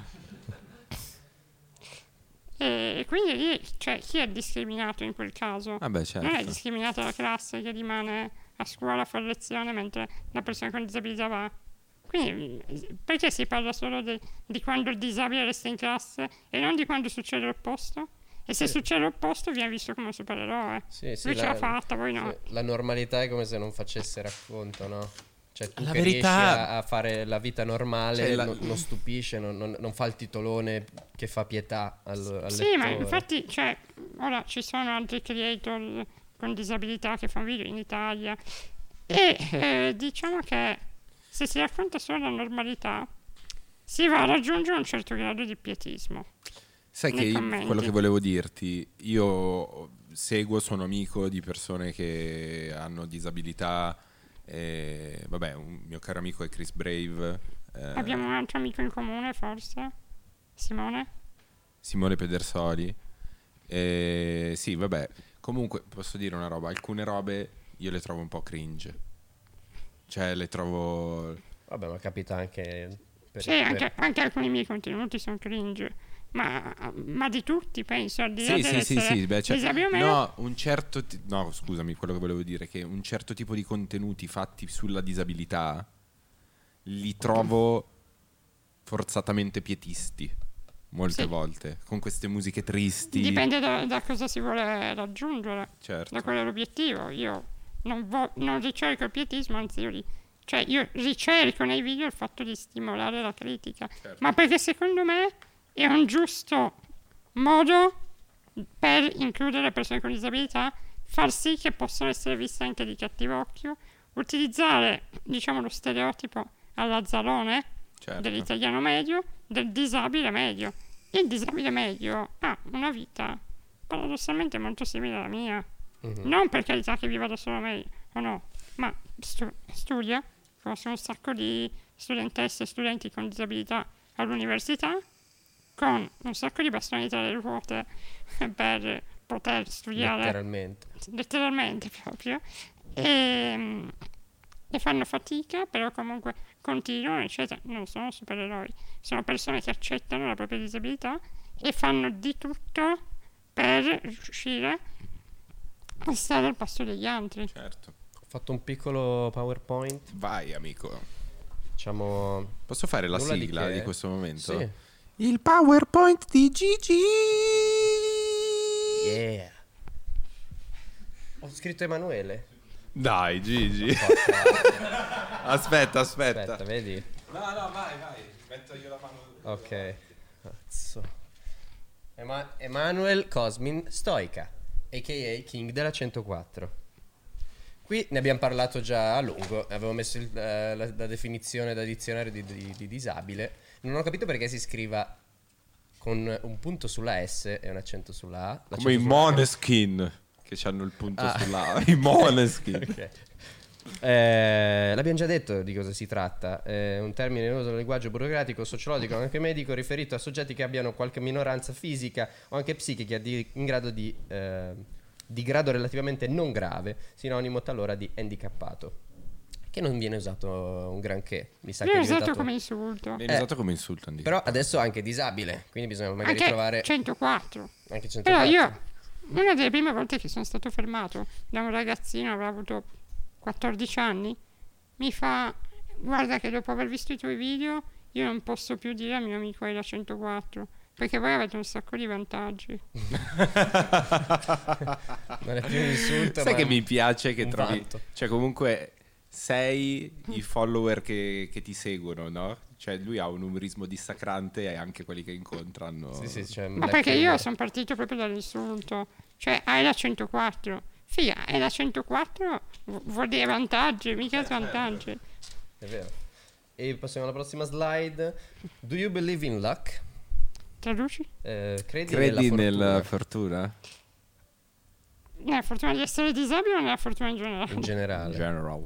E quindi lì, cioè, chi è discriminato in quel caso? Vabbè, certo. Non è discriminata la classe che rimane a scuola a fare lezione mentre la persona con disabilità va. Quindi perché si parla solo di quando il disabile resta in classe e non di quando succede l'opposto? E se succede l'opposto viene visto come un supereroe. Sì, Lui ce l'ha fatta, voi no. sì, la normalità è come se non facesse racconto, no? Cioè tu La che verità- riesci a fare la vita normale, Cioè, non stupisce, non fa il titolone che fa pietà al Sì, ma lettore. infatti, cioè, ora ci sono altri creator con disabilità che fanno video in Italia E diciamo che se si racconta solo la normalità, si va a raggiungere un certo grado di pietismo. Sai Nei che commenti. quello che volevo dirti, io sono amico di persone che hanno disabilità, vabbè, un mio caro amico è Chris Brave, Abbiamo un altro amico in comune, forse? Simone? Simone Pedersoli. Sì, vabbè, comunque posso dire una roba, alcune robe io le trovo un po' cringe. Cioè, le trovo... Vabbè, ma capita anche Sì, anche alcuni miei contenuti sono cringe. Ma di tutti, penso, al di là Sì, beh, cioè, disabili o meno. no, no, scusami, quello che volevo dire è che un certo tipo di contenuti fatti sulla disabilità li trovo forzatamente pietisti molte Sì. volte, con queste musiche tristi. Dipende da cosa si vuole raggiungere, Certo. da qual è l'obiettivo. Io non ricerco il pietismo, anzi io ricerco nei video il fatto di stimolare la critica, Certo. ma perché secondo me è un giusto modo per includere le persone con disabilità, far sì che possano essere viste anche di cattivo occhio, utilizzare, diciamo, lo stereotipo alla Zalone Certo. dell'italiano medio, del disabile medio. Il disabile medio ha una vita paradossalmente molto simile alla mia. Non per carità che viva da solo meglio, o no, ma studia, conosco un sacco di studentesse e studenti con disabilità all'università, con un sacco di bastoni tra le ruote per poter studiare letteralmente proprio, e fanno fatica, però comunque continuano, eccetera. Non sono supereroi, sono persone che accettano la propria disabilità e fanno di tutto per riuscire a stare al passo degli altri. Certo. Ho fatto un piccolo PowerPoint. Vai, amico. Diciamo. Posso fare la Nulla di sigla che. di questo momento? Sì. Il PowerPoint di Gigi. Yeah. Ho scritto Emanuele. Dai, Gigi. Aspetta. Aspetta, vedi? No, vai. Metto io la mano. Ok. Cazzo. Emanuel Cosmin Stoica, a.k.a. King della 104. Qui ne abbiamo parlato già a lungo. Avevo messo la definizione da dizionario di disabile. Non ho capito perché si scriva con un punto sulla S e un accento sulla A. Come i Måneskin, che hanno il punto sulla A. I Måneskin. Ok. L'abbiamo già detto di cosa si tratta. Un termine in uso nel linguaggio burocratico, sociologico, anche medico, riferito a soggetti che abbiano qualche minoranza fisica o anche psichica in grado di grado relativamente non grave, sinonimo talora di handicappato, che non viene usato un granché. Mi sa che Io è ho usato diventato come insulto. Viene usato come insulto, Andy. però adesso anche disabile, quindi bisogna magari Anche trovare 104. anche 104. Però io, una delle prime volte che sono stato fermato da un ragazzino, avrà avuto 14 anni, mi fa: guarda che dopo aver visto i tuoi video io non posso più dire al mio amico hai la 104, perché voi avete un sacco di vantaggi. non è più un insulto. Sai ma che è mi piace che un trovi, vanto. cioè comunque sei i follower che ti seguono, no? Cioè lui ha un umorismo dissacrante e anche quelli che incontrano. Sì, cioè, Ma perché io sono partito proprio dall'insulto. Cioè, hai la 104. Figa, hai la 104 vuol dire vantaggi, mica svantaggi. È vero. E passiamo alla prossima slide. Do you believe in luck? Traduci? Credi nella fortuna? Nella fortuna di essere disabile o nella fortuna in generale? In generale. General.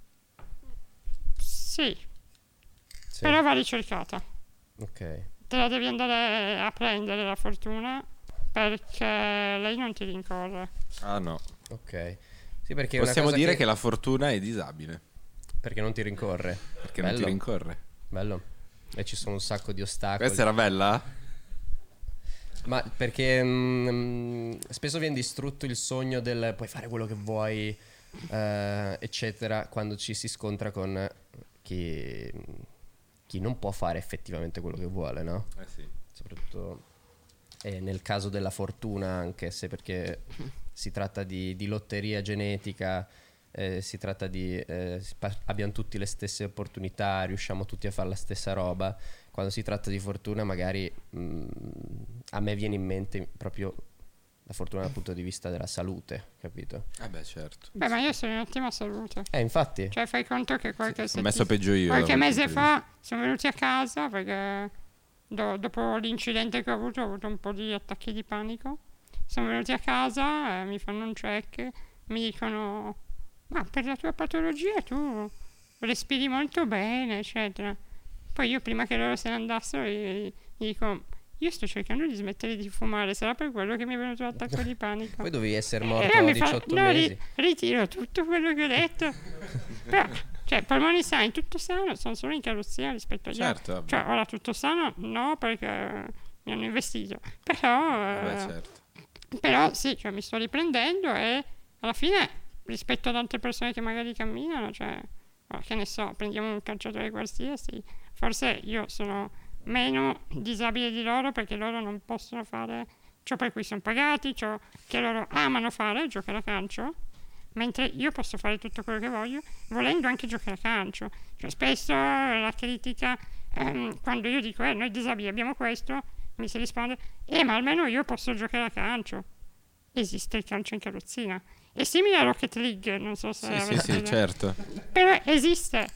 Sì, Sì. però va ricercata. Ok. Te la devi andare a prendere la fortuna, perché lei non ti rincorre. Ah no. Ok. Sì, perché è una Possiamo cosa dire che la fortuna è disabile. perché non ti rincorre. Perché non ti Bello. rincorre. Bello. E ci sono un sacco di ostacoli. Questa era bella? Ma perché spesso viene distrutto il sogno del puoi fare quello che vuoi, eccetera, quando ci si scontra con chi non può fare effettivamente quello che vuole, no? Sì. Soprattutto nel caso della fortuna, anche se perché si tratta di lotteria genetica, si tratta di abbiamo tutti le stesse opportunità, riusciamo tutti a fare la stessa roba. Quando si tratta di fortuna magari a me viene in mente proprio La fortuna dal punto di vista della salute, capito? Beh, certo. Beh, ma io sono in ottima salute. Infatti. Cioè, fai conto che Ho messo peggio io. qualche dal mese punto di fa sono venuti a casa perché dopo l'incidente che ho avuto un po' di attacchi di panico. Sono venuti a casa, mi fanno un check, mi dicono: ma per la tua patologia tu respiri molto bene, eccetera. Poi io, prima che loro se ne andassero, gli dico: io sto cercando di smettere di fumare, sarà per quello che mi è venuto l'attacco di panico. Poi dovevi essere E morto lei a mi fa: 18 no, mesi. ritiro tutto quello che ho detto. Però, cioè, polmoni sani, tutto sano, sono solo in carrozzina rispetto agli Certo, altri. vabbè. Cioè, ora tutto sano no, perché mi hanno investito. Vabbè, certo. Però sì, cioè, mi sto riprendendo e alla fine, rispetto ad altre persone che magari camminano, cioè, che ne so, prendiamo un calciatore qualsiasi, forse io sono meno disabile di loro perché loro non possono fare ciò per cui sono pagati, ciò che loro amano fare, giocare a calcio, mentre io posso fare tutto quello che voglio, volendo anche giocare a calcio. Cioè, spesso la critica, quando io dico noi disabili abbiamo questo, mi si risponde: ma almeno io posso giocare a calcio. Esiste il calcio in carrozzina. È simile a Rocket League, non so se Sì, sì, certo. però esiste.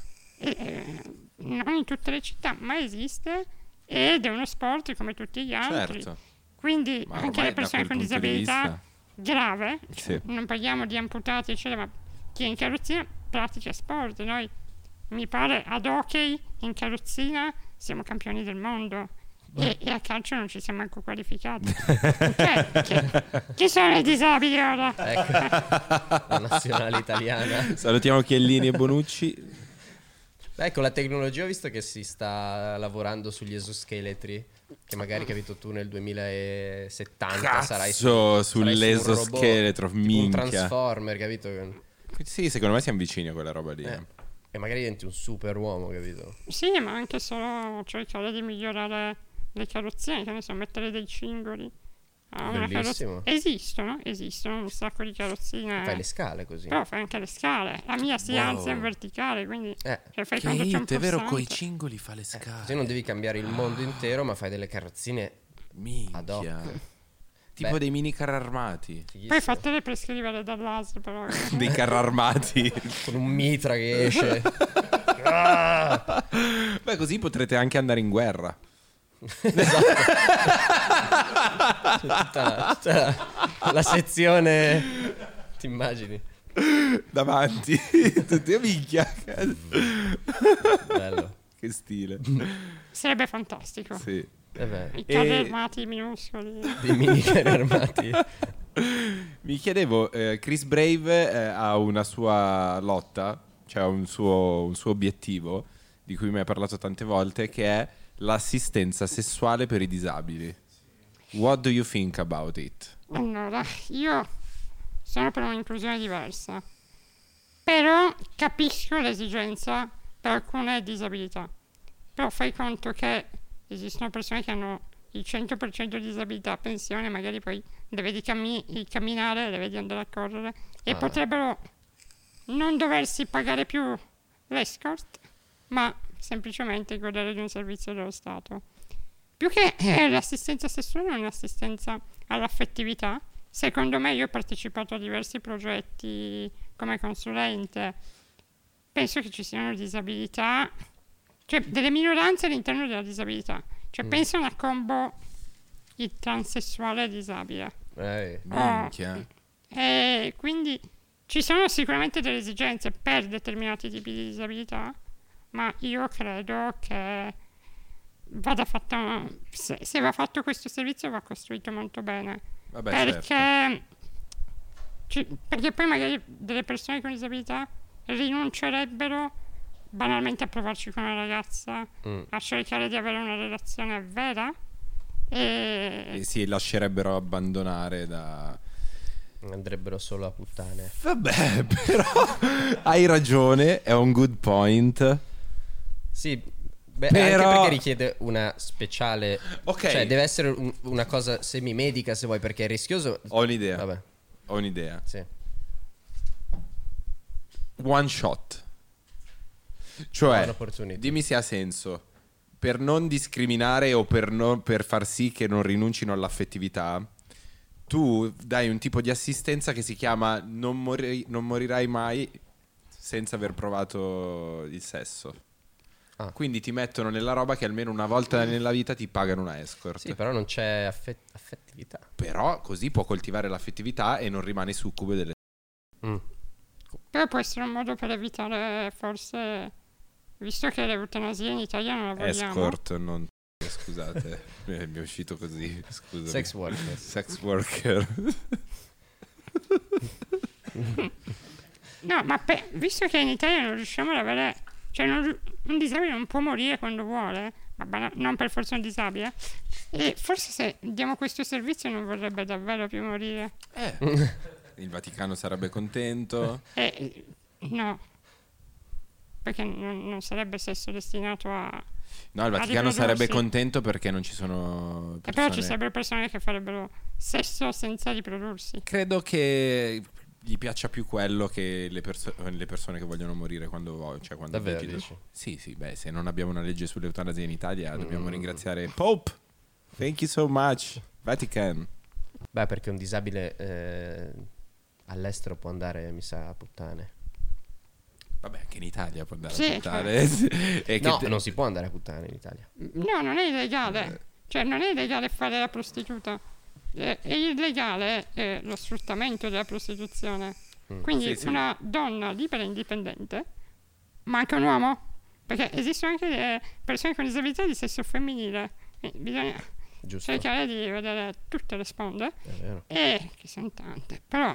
Non in tutte le città, ma esiste ed è uno sport come tutti gli altri. Certo. Quindi Ma anche ormai le da persone quel con punto di disabilità vista- grave, Sì. non parliamo di amputati eccetera, ma chi è in carrozzina pratica sport. Noi, mi pare, ad hockey in carrozzina siamo campioni del mondo e a calcio non ci siamo manco qualificati. Chi sono i disabili ora? Ecco, la nazionale italiana. Salutiamo Chiellini e Bonucci. Beh, con la tecnologia ho visto che si sta lavorando sugli esoscheletri, che magari, capito, tu nel 2070 sarai Cazzo, su un robot, sull'esoscheletro, tipo un minchia. Transformer, capito? Sì, secondo me siamo vicini a quella roba lì. E magari diventi un super uomo, capito? Sì, ma anche solo cercare di migliorare le carrozzine, che ne so, mettere dei cingoli a una Bellissimo. carrozzina. Esistono un sacco di carrozzine. Fai le scale così. Però fai anche le scale. La mia si alza in verticale, quindi cioè, fai Che quando c'è un hit, è vero, coi pulsante. cingoli fa le scale. Così non devi cambiare il mondo intero, ma fai delle carrozzine ad hoc. Minchia. Tipo Beh. dei mini carri armati. Poi Fighissime. fatele prescrivere dall'ASL, però. Dei carri armati. Con un mitra che esce. Beh, così potrete anche andare in guerra. tutta la sezione. Ti immagini? Davanti. Tutti a minchia. Bello. Che stile. Sarebbe fantastico. Sì. I carri armati minuscoli. Dei mini carri armati. Mi chiedevo, Chris Brave ha una sua lotta, cioè un suo obiettivo, di cui mi ha parlato tante volte, che è l'assistenza sessuale per i disabili. What do you think about it? Allora, io sono per un'inclusione diversa, però capisco l'esigenza per alcune disabilità. Però fai conto che esistono persone che hanno il 100% di disabilità a pensione, magari poi le vedi camminare, le vedi andare a correre e potrebbero non doversi pagare più l'escort, ma semplicemente godere di un servizio dello Stato. Più che l'assistenza sessuale è un'assistenza all'affettività. Secondo me, io ho partecipato a diversi progetti come consulente. Penso che ci siano disabilità, cioè delle minoranze all'interno della disabilità. Cioè penso a una combo il transessuale disabile. Minchia. E quindi ci sono sicuramente delle esigenze per determinati tipi di disabilità, ma io credo che vada fatta, se va fatto questo servizio va costruito molto bene. Vabbè, perché, perché poi magari delle persone con disabilità rinuncerebbero banalmente a provarci con una ragazza, a cercare di avere una relazione vera E si lascerebbero abbandonare da... Andrebbero solo a puttane. Vabbè, però hai ragione, è un good point. Sì, beh, Però- anche perché richiede una speciale. Ok. Cioè, deve essere una cosa semimedica, se vuoi, perché è rischioso. Ho un'idea. Vabbè, Ho un'idea. sì. One shot. Buona Cioè, opportunity. dimmi se ha senso. Per non discriminare o per far sì che non rinuncino all'affettività, tu dai un tipo di assistenza che si chiama non morirai mai senza aver provato il sesso. Ah. Quindi ti mettono nella roba che almeno una volta nella vita ti pagano una escort. Sì, però non c'è affettività. Però così può coltivare l'affettività e non rimane succube delle... Però può essere un modo per evitare, forse, visto che l'eutanasia in Italia non la vogliamo. Escort, non... Scusate, mi è uscito così. Scusami. Sex worker. Sex worker. No, ma visto che in Italia non riusciamo ad avere... Cioè, un disabile non può morire quando vuole, ma non per forza un disabile. E forse se diamo questo servizio non vorrebbe davvero più morire. Il Vaticano sarebbe contento. No, perché non sarebbe sesso destinato a... No, il Vaticano sarebbe contento perché non ci sono persone... Però ci sarebbero persone che farebbero sesso senza riprodursi. Credo che gli piaccia più quello che le persone che vogliono morire quando Davvero, decidono. dici? Sì, beh, se non abbiamo una legge sull'eutanasia in Italia dobbiamo ringraziare Pope. Thank you so much, Vatican. Beh, perché un disabile all'estero può andare, mi sa, a puttane. Vabbè, anche in Italia può andare Sì, a puttane. No, non si può andare a puttane in Italia. No, non è illegale. Cioè, non è illegale fare la prostituta. È illegale lo sfruttamento della prostituzione. Quindi Sì. una donna libera e indipendente, ma anche un uomo, perché esistono anche le persone con disabilità di sesso femminile. Bisogna Giusto. cercare di vedere tutte le sponde. È vero. Che sono tante. Però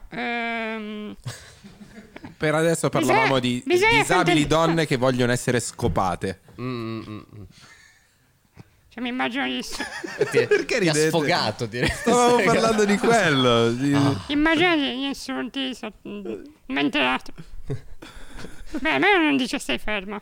Per adesso parlavamo di bisogna disabili fare- donne che vogliono essere scopate. cioè, mi immagino Perché Ti ha ridete? sfogato, direi. Stavamo parlando di quello. immagino gli insulti mentre l'altro. Beh, a me non dice stai ferma.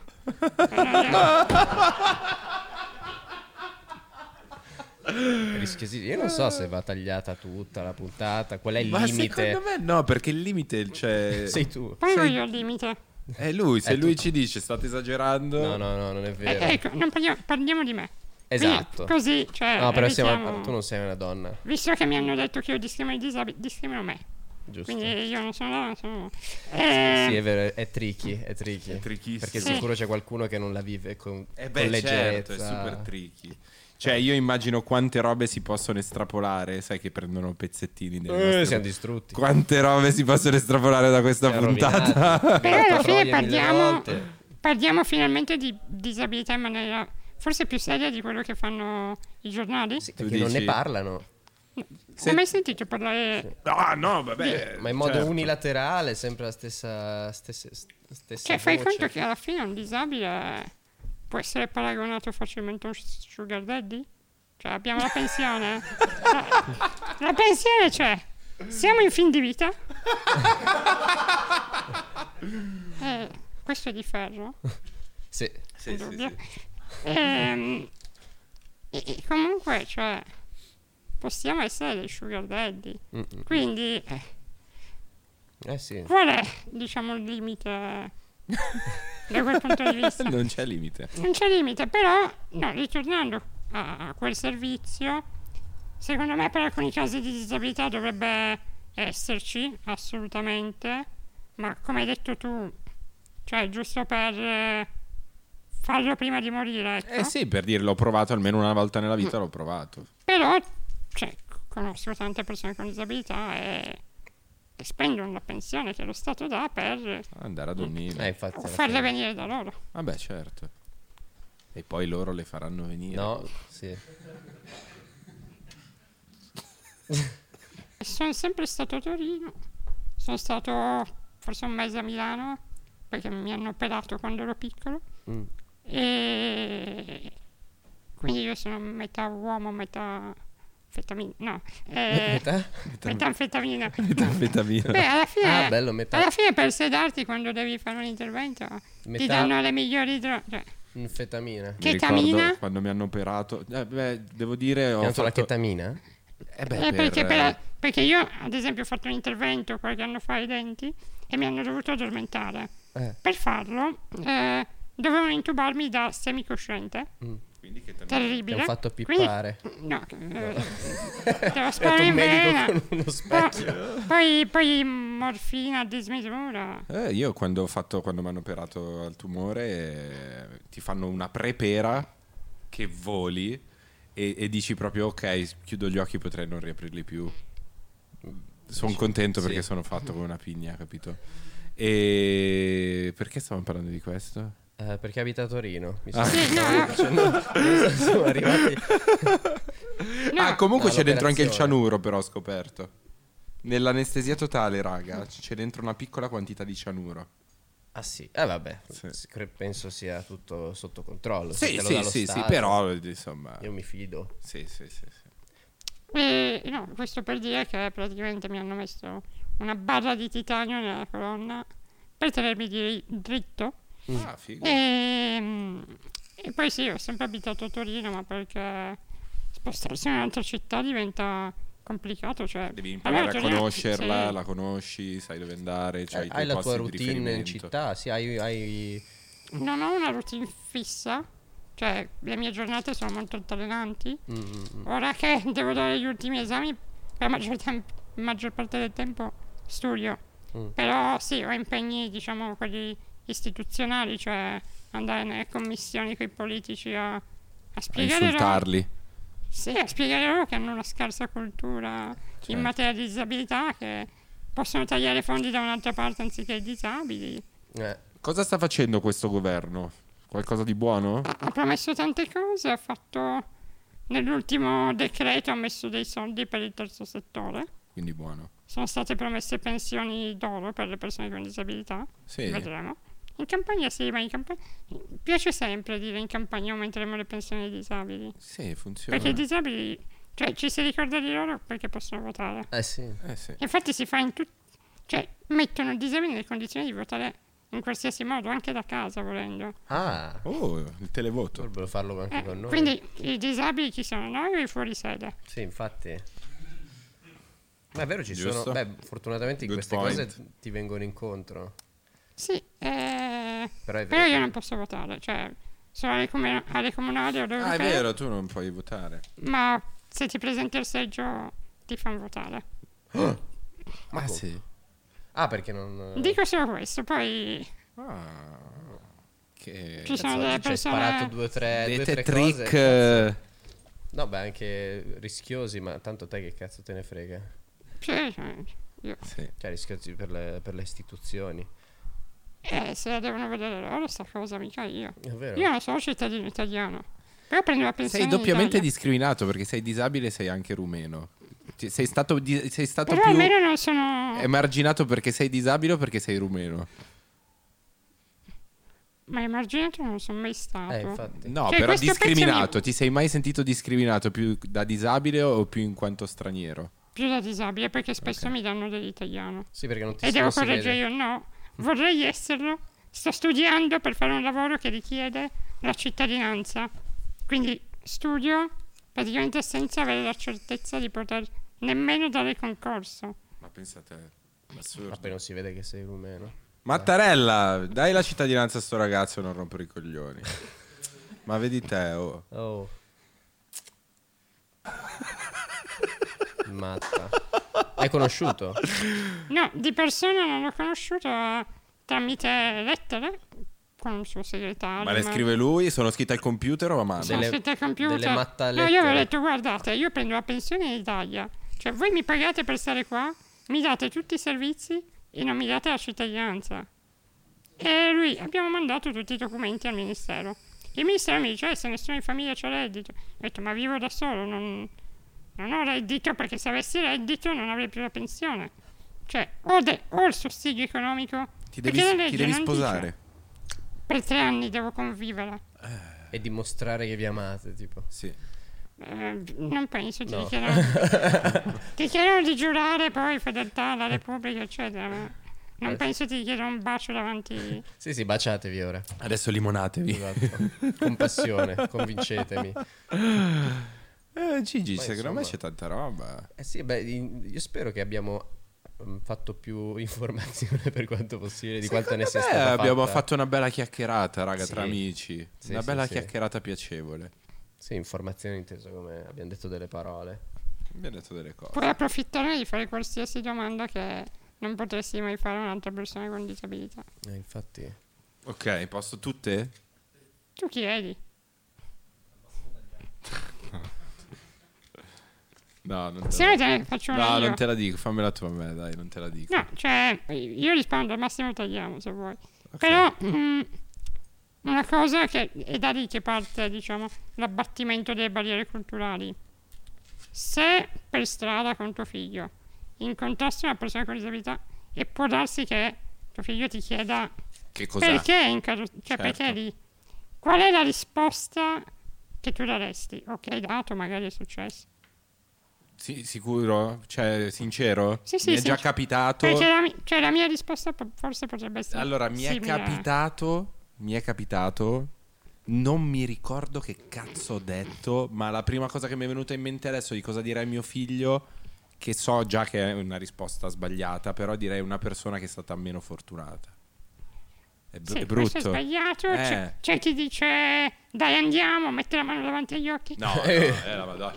Rischiosissimo. Io non so se va tagliata tutta la puntata. Qual è il Ma limite? secondo me no, perché il limite c'è... Sei tu. Pongo io il limite. È lui, se È lui tu. ci dice state esagerando... No, non è vero. Ecco, non parliamo di me. Esatto. Quindi, così, cioè, No, però evitiamo- tu non sei una donna, Visto che mi hanno detto che io discrimino i disabili, discrimino me. giusto? Quindi io non sono donna, sono... Sì, è vero, è tricky. È trickissimo. Perché Sì. sicuro c'è qualcuno che non la vive con Certo, leggerezza. è super tricky. Cioè, io immagino quante robe si possono estrapolare, sai che prendono pezzettini delle nostre- Siamo distrutti. Quante robe si possono estrapolare da questa Siamo puntata? rovinati. Però alla fine Troia mille volte. parliamo finalmente di disabilità in maniera forse più seria di quello che fanno i giornali. Sì, Tu perché non ne dici- parlano. Non ho mai sentito parlare... No, vabbè. Ma in modo certo. unilaterale, sempre la stessa Cioè, fai voce. conto che alla fine un disabile può essere paragonato facilmente a un sugar daddy? Cioè, abbiamo la pensione. La pensione c'è. Siamo in fin di vita. Questo è di ferro. Sì. Sì. Dubbio. E comunque, cioè, possiamo essere dei sugar daddy. Quindi, Sì. qual è, diciamo, il limite da quel punto di vista? Non c'è limite. Non c'è limite, però, no, ritornando a quel servizio, secondo me per alcuni casi di disabilità dovrebbe esserci, assolutamente, ma come hai detto tu, cioè giusto per farlo prima di morire, ecco. Sì, per dire l'ho provato almeno una volta nella vita, l'ho provato. Però, cioè, conosco tante persone con disabilità e spendono la pensione che lo Stato dà per Andare a dormire. Infatti. alla farle fine. venire da loro. Vabbè, certo. E poi loro le faranno venire. No, sì. Sono sempre stato a Torino, sono stato forse un mese a Milano perché mi hanno operato quando ero piccolo e quindi io sono metà uomo, metà fetamina, no, Metà? metanfetamina. Metanfetamina. Beh, alla fine, bello, metà. alla fine per sedarti quando devi fare un intervento ti Metà- danno le migliori droghe. Cioè, Fetamina. Mi Chetamina? ricordo quando mi hanno operato. Devo dire. Ho Hai dato la fatto... chetamina? perché io ad esempio ho fatto un intervento qualche anno fa ai denti e mi hanno dovuto Per farlo dovevano intubarmi da semicosciente. Quindi che terribile. Ti hanno fatto Quindi- pippare. no, devo È sparare un in medico vena. con uno specchio. Poi morfina a dismisura. Io quando mi hanno operato al tumore ti fanno una prepera che voli e dici proprio ok, chiudo gli occhi, potrei non riaprirli più. Sono contento perché Sì. sono fatto come una pigna, capito? E perché stavamo parlando di questo? Perché abita a Torino. Sì, no. Sono arrivati. Comunque No, c'è dentro anche il l'operazione. cianuro, però ho scoperto. Nell'anestesia totale, raga, c'è dentro una piccola quantità di cianuro. Ah sì, vabbè, Sì. penso sia tutto sotto controllo. se Sì, te lo sì, dà lo sì, sì, Stato, però insomma. io mi fido. Sì, sì, sì, sì. No, questo per dire che praticamente mi hanno messo una barra di titanio nella colonna per tenermi dritto. Ah, figo. E poi sì, ho sempre abitato a Torino, ma perché spostarsi in un'altra città diventa complicato. Cioè, Devi imparare a Torino- conoscerla, sì. la conosci, sai dove andare, c'hai i tuoi Hai la tua posti di routine in riferimento. città, sì, hai... Non ho una routine fissa, cioè le mie giornate sono molto altalenanti. Ora che devo dare gli ultimi esami, per la maggior parte del tempo studio. Però sì, ho impegni, diciamo, quelli istituzionali, cioè andare nelle commissioni con i politici a A spiegare loro, insultarli. sì, a spiegare loro che hanno una scarsa cultura Certo. in materia di disabilità, che possono tagliare fondi da un'altra parte anziché ai disabili. Cosa sta facendo questo governo? Qualcosa di buono? Ha promesso tante cose, ha fatto nell'ultimo decreto ha messo dei soldi per il terzo settore. Quindi buono. Sono state promesse pensioni d'oro per le persone con disabilità. Sì. Vedremo. In campagna sì, ma in campagna piace sempre dire in campagna aumenteremo le pensioni ai disabili. Sì, funziona. Perché i disabili, cioè ci si ricorda di loro perché possono votare. Sì. Sì. Infatti si fa in cioè mettono i disabili nelle condizioni di votare in qualsiasi modo, anche da casa volendo. Ah, Oh, il televoto. dovrebbero farlo anche con noi. Quindi i disabili chi sono? Noi o i fuori sede? Sì, infatti. Ma è vero, ci Giusto. sono... Beh, fortunatamente in Good queste point. cose ti vengono incontro. Sì, Però è però vero. io non posso votare, cioè sono alle comunali o dove Ah, è vero, tu non puoi votare. ma se ti presenti al seggio ti fanno votare. Ma sì. Ah, perché non... Dico solo questo, poi Ah, che ci sono delle ci hai sparato persone... due o tre dite cose, trick. cazzo. No, beh, anche rischiosi, ma tanto te che cazzo te ne frega. Sì, io- Sì. Cioè, rischiosi per le istituzioni. se la devono vedere loro sta cosa, mica io. È vero. Io non sono cittadino italiano, però prendo la pensione Sei in doppiamente Italia. discriminato perché sei disabile e sei anche rumeno. Sei stato Però più almeno non sono... emarginato perché sei disabile o perché sei rumeno? Ma emarginato non sono mai stato. Infatti. No, Cioè, però questo pezzo discriminato. mi- Ti sei mai sentito discriminato più da disabile o più in quanto straniero? Più da disabile perché spesso mi danno dell'italiano. Sì, perché non ti E devo non si correggere vede. io, no. Vorrei esserlo. Sto studiando per fare un lavoro che richiede la cittadinanza. Quindi studio praticamente senza avere la certezza di poter nemmeno dare concorso. Ma pensate, Ma assurdo. poi non si vede che sei rumeno. Mattarella, dai la cittadinanza a sto ragazzo e non rompere i coglioni. Ma vedi te, oh. Oh. Matta. Hai conosciuto? No, di persona non l'ho conosciuto tramite lettere con il suo segretario. Ma le scrive lui? Sono scritte al computer o a mano? Sono Delle- scritte al computer. delle No, mattalette. io avevo detto, guardate, io prendo la pensione in Italia. Cioè, voi mi pagate per stare qua, mi date tutti i servizi e non mi date la cittadinanza. E lui, abbiamo mandato tutti i documenti al ministero. Il ministero mi dice, se nessuno in famiglia c'ha reddito. Ho detto, ma vivo da solo, non ho reddito, perché se avessi reddito non avrei più la pensione. Cioè, o il sussidio economico. Ti perché la legge devi non sposare. dice, per 3 anni devo convivere. E dimostrare che vi amate, tipo. Sì. Non penso, No. ti chiedono di giurare poi fedeltà alla Repubblica, eccetera. Ma non penso ti chiedono un bacio davanti. Sì, baciatevi ora. Adesso limonatevi. Esatto. Con passione, convincetemi. Gigi, Ma secondo me insomma- c'è tanta roba. Sì, beh, io spero che abbiamo fatto più informazione per quanto possibile di quanto ne sia stata abbiamo fatta. fatto una bella chiacchierata, raga, Sì. tra amici. Sì, una sì, bella sì. chiacchierata piacevole. Sì, informazioni inteso come abbiamo detto delle parole. Abbiamo detto delle cose. Puoi approfittare di fare qualsiasi domanda che non potresti mai fare a un'altra persona con disabilità. Infatti. Ok, posso tutte? Tu chiedi. No, non te Se la no te ne faccio una No, io. non te la dico, fammela tu a me, dai, non te la dico. No, cioè, io rispondo al massimo tagliamo se vuoi. Però una cosa che è da lì che parte, diciamo, l'abbattimento delle barriere culturali. Se per strada con tuo figlio incontrassi una persona con disabilità e può darsi che tuo figlio ti chieda Che cos'è? perché è in cioè perché è lì, qual è la risposta che tu daresti? Ok, dato, magari è successo. Sì, sicuro? Cioè, sincero? Sì, Mi è già sì. capitato. Perché la mia risposta forse potrebbe essere Allora, mi è simile. capitato, non mi ricordo che cazzo ho detto, ma la prima cosa che mi è venuta in mente adesso di cosa direi a mio figlio, che so già che è una risposta sbagliata, però direi una persona che è stata meno fortunata. È, Sì, è questo brutto. è sbagliato. C'è chi dice dai andiamo, metti la mano davanti agli occhi. No, la Madonna.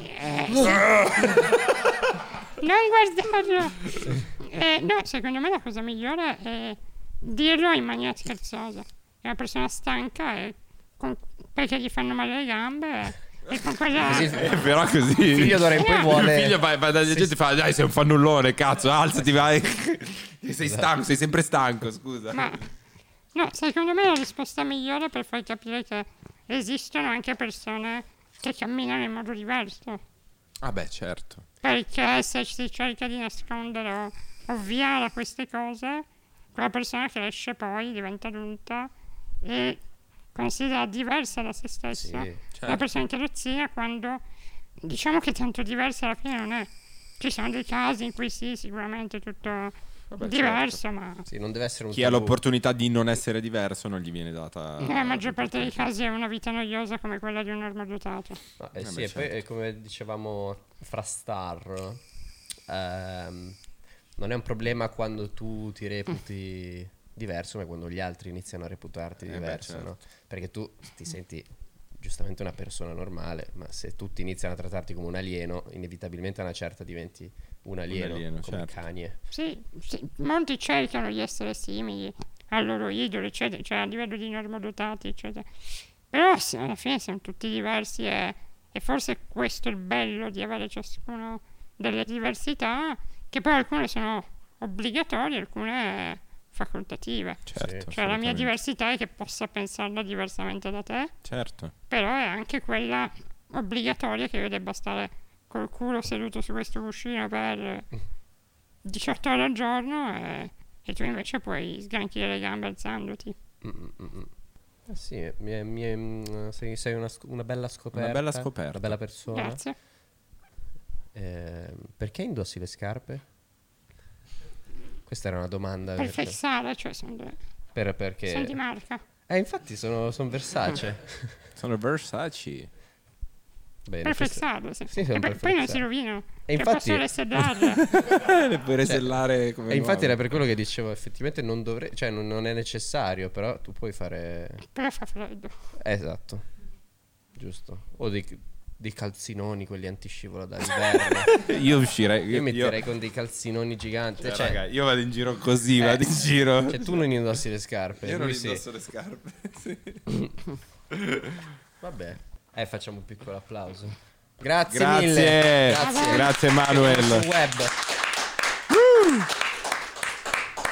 Non guardarlo. No, secondo me la cosa migliore è dirlo in maniera scherzosa. È una persona stanca e perché gli fanno male le gambe e con quella... Però così Il figlio d'ora in poi il vuole. figlio va dalla gente e fa dai sei un fannullone cazzo alzati vai. Sei stanco, sei sempre stanco, scusa. Ma no, secondo me la risposta migliore per far capire che esistono anche persone che camminano in modo diverso. Ah beh, certo. Perché se si cerca di nascondere o ovviare a queste cose, quella persona cresce poi, diventa adulta e considera diversa da se stessa Sì, la persona in carrozzina, quando diciamo che tanto diversa alla fine non è. Ci sono dei casi in cui sì, sicuramente tutto diverso, ma Sì, non deve essere un Chi ha tabù. l'opportunità di non essere diverso non gli viene data. nella maggior parte dei casi è una vita noiosa come quella di un normodotato. No, beh, sì, e poi certo. come dicevamo fra star, non è un problema quando tu ti reputi diverso, ma quando gli altri iniziano a reputarti beh, diverso, certo. no? Perché tu ti senti giustamente una persona normale, ma se tutti iniziano a trattarti come un alieno, inevitabilmente a una certa diventi un alieno come certo. Kanye. Sì, molti cercano di essere simili al loro idolo, eccetera, cioè a livello di normodotati, eccetera. Però sì, alla fine siamo tutti diversi e forse questo è il bello di avere ciascuno delle diversità, che poi alcune sono obbligatorie, alcune facoltative. Certo. Cioè la mia assolutamente. diversità è che possa pensarla diversamente da te, Certo. però è anche quella obbligatoria che io debba stare col culo seduto su questo cuscino per 18 ore al giorno e tu invece puoi sgranchire le gambe alzandoti. Sì, sei una bella scoperta. Una bella scoperta. Una bella persona. Grazie. Perché indossi le scarpe? Questa era una domanda. Per fissare, cioè sono Perché? di marca. Infatti sono Versace. Sono Versace. Bene, Per questo- fissarle, sì. Sì, sono E per poi non si fissare. rovinano. E Cioè, infatti- possono resellarle. Le puoi resellare come E infatti nuove. era per quello che dicevo, effettivamente non dovrei, cioè non è necessario, però tu puoi fare... Però fa freddo. Esatto, giusto. O dei calzinoni, quelli antiscivolo d'inverno. Io uscirei. Io metterei con dei calzinoni giganti. Cioè, raga, io vado in giro così, vado in giro. cioè, tu non indossi le scarpe. Io non lui sì. indosso le scarpe. Sì. Vabbè. Facciamo un piccolo applauso. Grazie Grazie. mille. Grazie Manuel. Sul web.